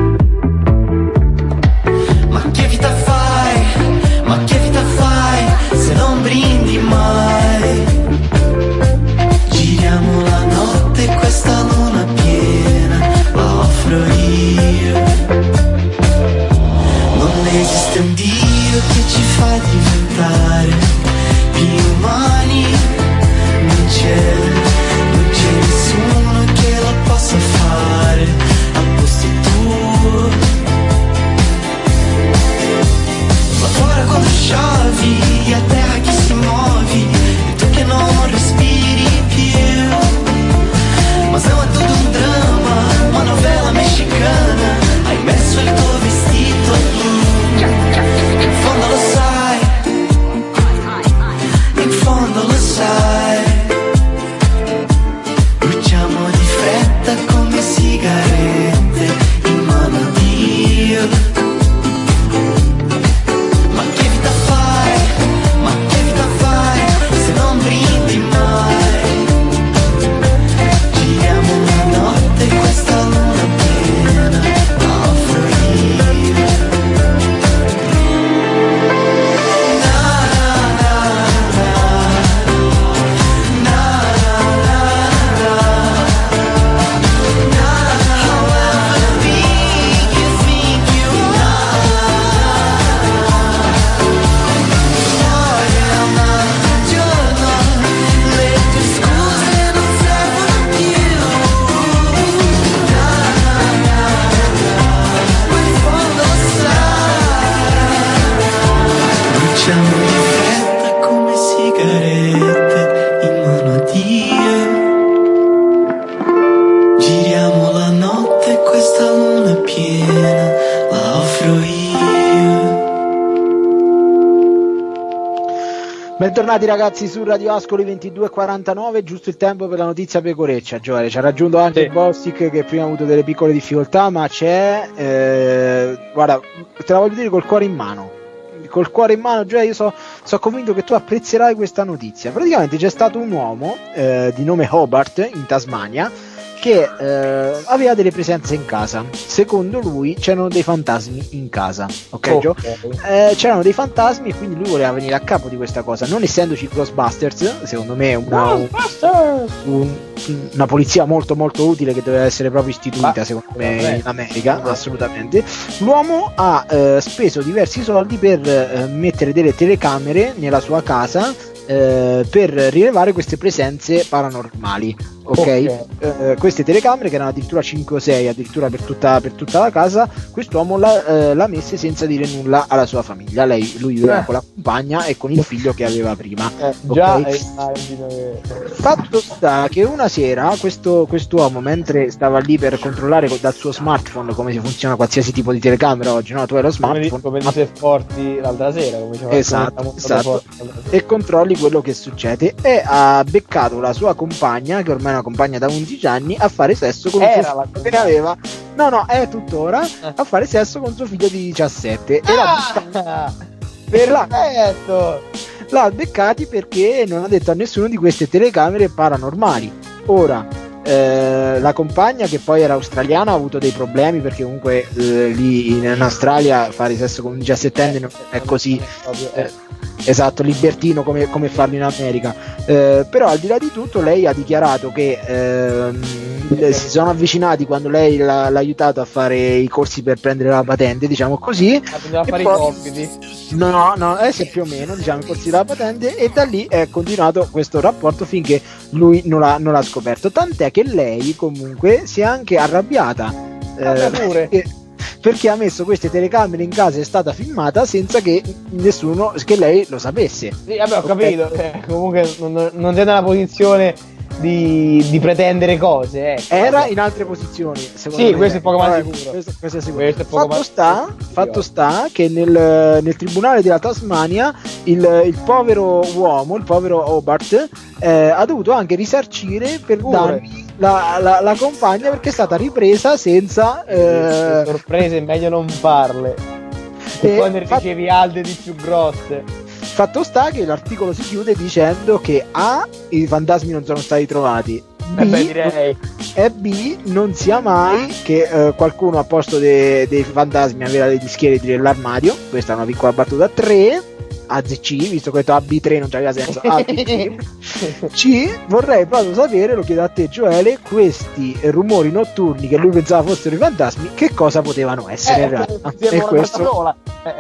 Ma che vita fai, ma che vita fai se non brindi mai? Giriamo la notte e questa luna piena la offro io. Non esiste un Dio che ci fa diventare più umani, non c'è nessuno che lo possa fare al posto tuo. Ma ora quando sciogli a terra che si muovi, e tu che non respiri più, ma siamo tutto un dramma, una novella messicana, hai messo il tuo vestito blu. In fondo lo sai, in fondo lo sai, bruciamo di fretta come sigarette in mano a Dio. Ma che vita fai, ma che vita fai se non brindi mai? Giriamo la notte e questa luna piena la offro io. Bruciamo di fretta come sigarette in mano a Dio. Giriamo la notte e questa luna piena la offro io. Bentornati ragazzi su Radio Ascoli 22:49, giusto il tempo per la notizia pecoreccia. Giovanni, ci ha raggiunto anche il Bossic che prima ha avuto delle piccole difficoltà, ma c'è, guarda, te la voglio dire col cuore in mano. Col cuore in mano, Gioia, io so convinto che tu apprezzerai questa notizia. Praticamente c'è stato un uomo di nome Hobart in Tasmania che aveva delle presenze in casa. Secondo lui c'erano dei fantasmi in casa, ok, Gio? C'erano dei fantasmi e quindi lui voleva venire a capo di questa cosa. Non essendoci Ghostbusters, secondo me una polizia molto molto utile che doveva essere proprio istituita, secondo me, in America, assolutamente. L'uomo ha speso diversi soldi per mettere delle telecamere nella sua casa per rilevare queste presenze paranormali, ok? Queste telecamere, che erano addirittura 5 o 6 addirittura per tutta la casa, quest'uomo l'ha messe senza dire nulla alla sua famiglia. Lui viveva con la compagna e con il figlio che aveva prima, Già, okay? immagino che... Fatto sta che una sera quest'uomo, mentre stava lì per controllare dal suo smartphone come si funziona qualsiasi tipo di telecamera oggi, no? Tu hai lo smartphone, come dice Forti l'altra sera, come diceva, esatto, e controlli quello che succede, e ha beccato la sua compagna, che ormai è una compagna da 11 anni, a fare sesso con Era suo la figlio che ne aveva. No, è tuttora a fare sesso con suo figlio di 17. E l'ha beccati perché non ha detto a nessuno di queste telecamere paranormali. Ora la compagna, che poi era australiana, ha avuto dei problemi perché comunque lì in Australia fare sesso con un 17enne non è così esatto, libertino come farlo in America. Però al di là di tutto lei ha dichiarato che si sono avvicinati quando lei l'ha aiutato a fare i corsi per prendere la patente, diciamo così. Poteva fare poi, i compiti. No, sì, più o meno, diciamo, i corsi della patente, e da lì è continuato questo rapporto finché lui non l'ha scoperto. Tant'è che lei comunque si è anche arrabbiata. Perché ha messo queste telecamere in casa, è stata filmata senza che nessuno, che lei lo sapesse. Sì, vabbè, ho capito. Comunque non sei nella posizione di pretendere cose. Era in altre posizioni, secondo me. Questo è poco male sicuro. Questo è sicuro. Fatto sta che nel tribunale della Tasmania il povero uomo, il povero Hobart, ha dovuto anche risarcire per danni la compagna, perché è stata ripresa senza sorprese, meglio non farle. E poi ne ricevi altre di più grosse. Fatto sta che l'articolo si chiude dicendo che A, i fantasmi non sono stati trovati, direi. E B, non sia mai che qualcuno a posto dei fantasmi aveva degli scheletri nell'armadio. Questa è una piccola battuta. 3, AZC, visto che ho detto AB3 non c'aveva senso. C, vorrei proprio sapere, lo chiedo a te Gioele, questi rumori notturni che lui pensava fossero i fantasmi, che cosa potevano essere in realtà? E questo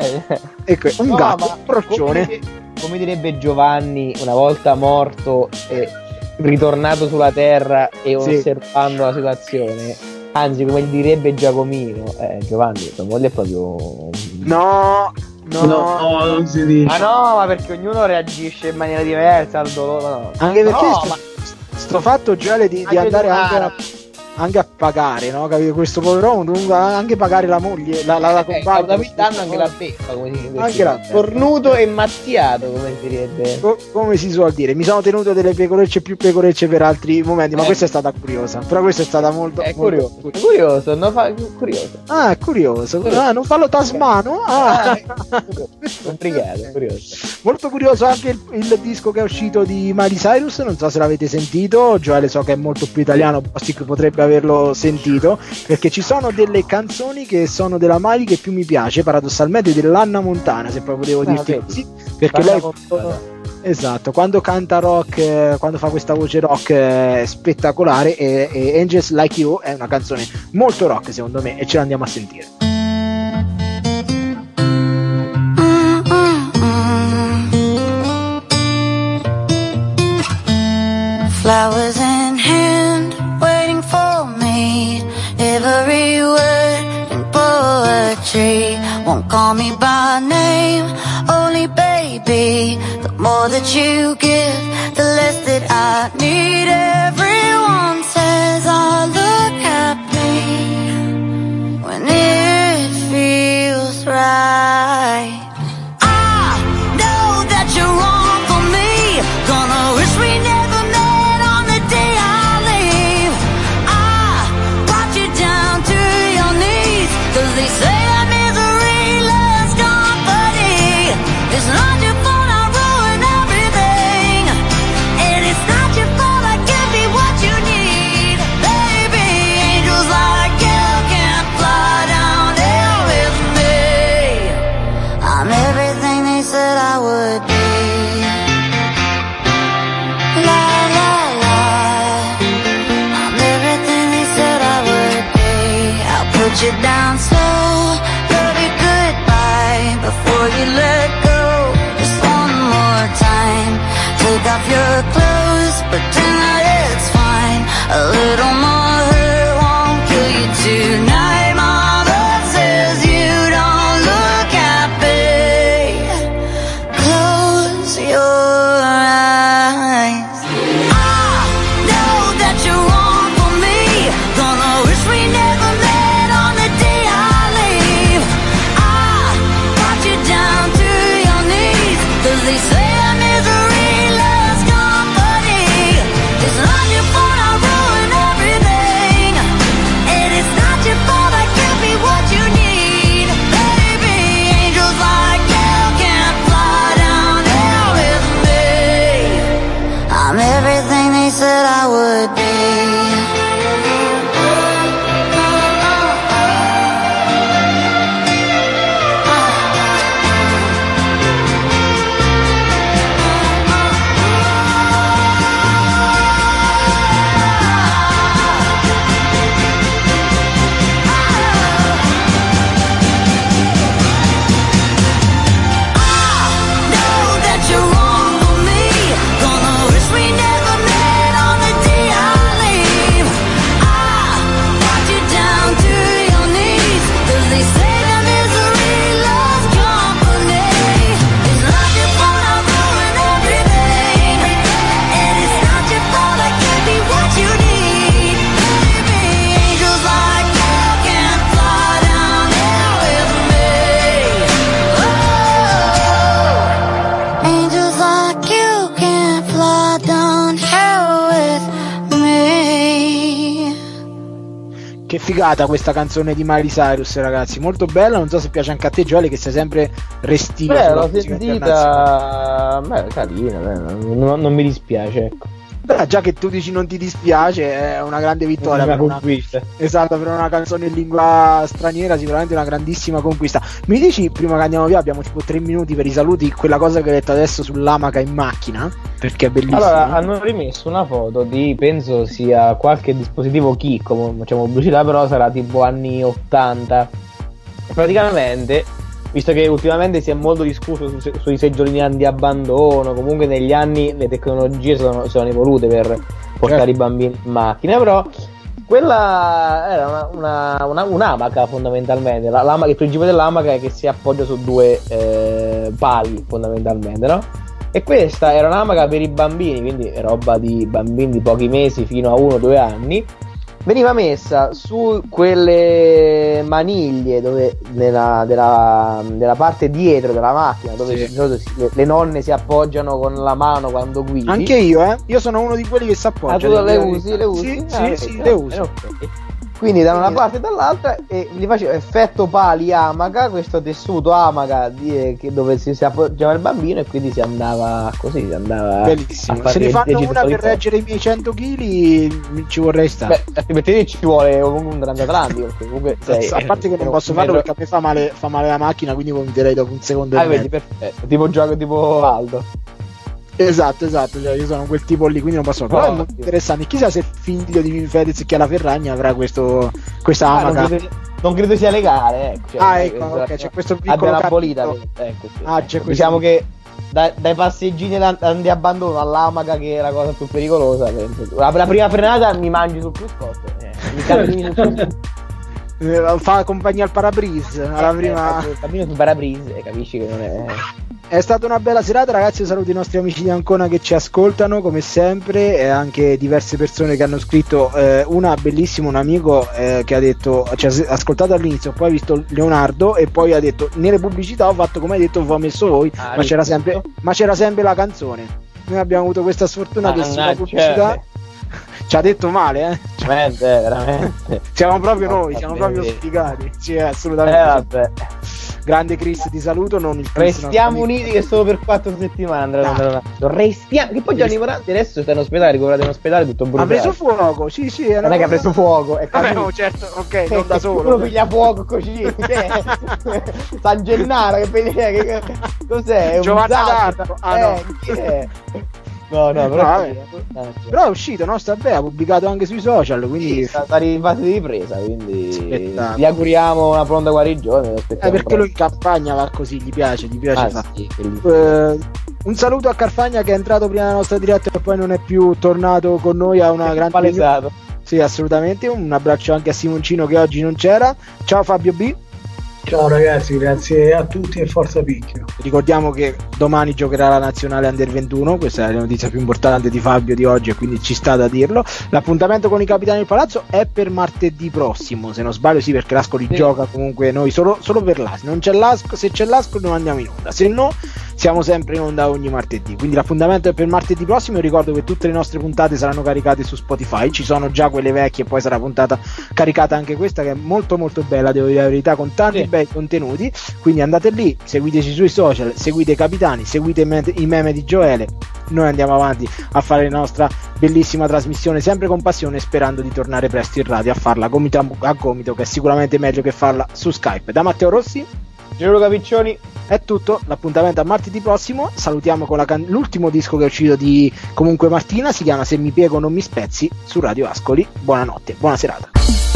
un gatto, un proccione. Come direbbe Giovanni, una volta morto e ritornato sulla terra e osservando la situazione, anzi come direbbe Giacomino, Giovanni, tua moglie è proprio... No, non si dice. Ma no, ma perché ognuno reagisce in maniera diversa al dolore. No. Anche perché sto fatto, Gioele, di andare anche a pagare, no? Capito? Questo povero uomo doveva anche pagare la moglie, la compagna. Danno anche la beffa, come si dice. Anche la cornuto e mazziato, come si direbbe. Come si suol dire. Mi sono tenuto delle pecorecce più pecorecce per altri momenti, ma questa è stata curiosa. Però questa è stata molto curioso. Curioso. Ah, è curioso. Ah, non fallo tasmano. Complicato, curioso. Molto curioso anche il disco che è uscito di Miley Cyrus, non so se l'avete sentito. Gioele so che è molto più italiano, Bossic potrebbe averlo sentito, perché ci sono delle canzoni che sono della Miley che più mi piace, paradossalmente dell'Anna Montana, se proprio devo dirti così, perché lei esatto, quando canta rock, quando fa questa voce rock è spettacolare, e Angels Like You è una canzone molto rock secondo me, e ce l'andiamo a sentire. Flowers in hand, waiting for me. Every word in poetry. Won't call me by name, only baby. The more that you give, the less that I need. Everyone says I look happy when it feels right. I know that you're wrong for me. Gonna wish we never they say that misery loves company. It's not your fault I ruin everything, and it's not your fault I give you what you need. Baby, angels like you can fly down here with me. I'm everything they said I would be. La la la, I'm everything they said I would be. I'll put you down slow, before you let go, just one more time. Take off your clothes, pretend that it's fine. A little more hurt won't kill you tonight. Mama says you don't look happy. Close your eyes. I know that you're wrong for me. Gonna wish we never met on the day I leave. Down to your knees, 'cause they say that misery loves company. It's not your fault I figata questa canzone di Miley Cyrus, ragazzi, molto bella. Non so se piace anche a te, Gioele, che sei sempre restiva. Beh, l'ho sentita, carina, non mi dispiace, ecco. Beh, già che tu dici non ti dispiace, è una grande vittoria per una conquista. Esatto, per una canzone in lingua straniera, sicuramente una grandissima conquista. Mi dici, prima che andiamo via, abbiamo tipo 3 minuti per i saluti, quella cosa che hai detto adesso sull'amaca in macchina, perché è bellissima. Allora, hanno rimesso una foto di, penso sia qualche dispositivo Chicco, facciamo pubblicità, però sarà tipo anni 80. Praticamente, visto che ultimamente si è molto discusso sui seggiolini anti-abbandono, comunque negli anni le tecnologie sono evolute per portare i bambini in macchina, però quella era un'amaca fondamentalmente. Il principio dell'amaca è che si appoggia su 2 pali fondamentalmente, no? E questa era un'amaca per i bambini, quindi roba di bambini di pochi mesi fino a 1-2 anni. Veniva messa su quelle maniglie dove nella parte dietro della macchina, dove le nonne si appoggiano con la mano quando guidi. Anche io sono uno di quelli che si appoggia. Tu le usi? Sì, le uso. Okay. Quindi da una parte e dall'altra, e gli faceva effetto pali amaca, questo tessuto amaca dove si appoggiava il bambino, e quindi si andava così, bellissimo. Se ne fanno una per reggere i miei 100 kg ci vorrei stare. Beh, altrimenti ci vuole un grande atlantico, comunque a parte che non posso farlo perché a me fa male la macchina, quindi vomiterei dopo un secondo e mezzo. Vedi, perfetto, tipo gioco tipo Aldo. Esatto, cioè io sono quel tipo lì, quindi non posso. Però è molto interessante. Chissà se il figlio di Fedez, che ha la Ferragna, avrà questa amaca. Non credo sia legale, ecco. Ecco, ok, c'è questo piccolo abolita, ecco, sì. Diciamo che dai passeggini anti-abbandono all'amaca, che è la cosa più pericolosa, penso. La prima frenata mi mangi sul cruscotto, mi cammini sul fa compagnia al parabrise alla prima. Cammino sul parabrise, capisci che non è. È stata una bella serata, ragazzi. Io saluto i nostri amici di Ancona che ci ascoltano come sempre, e anche diverse persone che hanno scritto. Una bellissima, un amico che ha detto, ci ha ascoltato all'inizio, poi ha visto Leonardo e poi ha detto nelle pubblicità ho fatto come hai detto, vi ho messo voi, ma c'era sempre la canzone. Noi abbiamo avuto questa sfortuna che sulla pubblicità ci ha detto male, veramente. Siamo proprio noi, siamo proprio spiegati. Sì, assolutamente. Vabbè. Grande Chris, ti saluto. Non il Chris, restiamo uniti che solo per 4 settimane andrà. Restiamo. Che poi Gianni Morandi adesso sta in ospedale, ricoverato in ospedale, tutto bruciato. Ha preso fuoco, sì. Non è che ha preso fuoco. Vabbè, no, certo, ok, non da solo. Uno piglia fuoco così. San Gennaro, che cos'è? Giovanna d'Arco. No. Chi è? No, però è uscito, no? Sta bene, ha pubblicato anche sui social, quindi sta in fase di ripresa, quindi gli auguriamo una pronta guarigione. Perché lui in campagna va così, gli piace sì, un saluto a Carfagna, che è entrato prima della nostra diretta e poi non è più tornato con noi, a una grande palesato. Sì, assolutamente. Un abbraccio anche a Simoncino, che oggi non c'era. Ciao Fabio B. Ciao ragazzi, grazie a tutti e forza Picchio. Ricordiamo che domani giocherà la nazionale Under 21, questa è la notizia più importante di Fabio di oggi e quindi ci sta da dirlo. L'appuntamento con i capitani del Palazzo è per martedì prossimo, se non sbaglio, sì, perché l'Ascoli gioca comunque noi solo per l'Ascoli. Non c'è l'Ascoli, se c'è l'Ascoli non andiamo in onda, se no siamo sempre in onda ogni martedì. Quindi l'appuntamento è per martedì prossimo. Ricordo che tutte le nostre puntate saranno caricate su Spotify, ci sono già quelle vecchie e poi sarà puntata caricata anche questa, che è molto molto bella, devo dire la verità, con tanti bei contenuti. Quindi andate lì, seguiteci sui social, seguite i capitani, seguite i meme di Gioele. Noi andiamo avanti a fare la nostra bellissima trasmissione, sempre con passione, sperando di tornare presto in radio a farla gomito a gomito, che è sicuramente meglio che farla su Skype. Da Matteo Rossi, Giulio Capiccioni, è tutto. L'appuntamento a martedì prossimo. Salutiamo con l'ultimo disco che è uscito di Comunque Martina, si chiama Se mi piego non mi spezzi, su Radio Ascoli. Buonanotte, buona serata.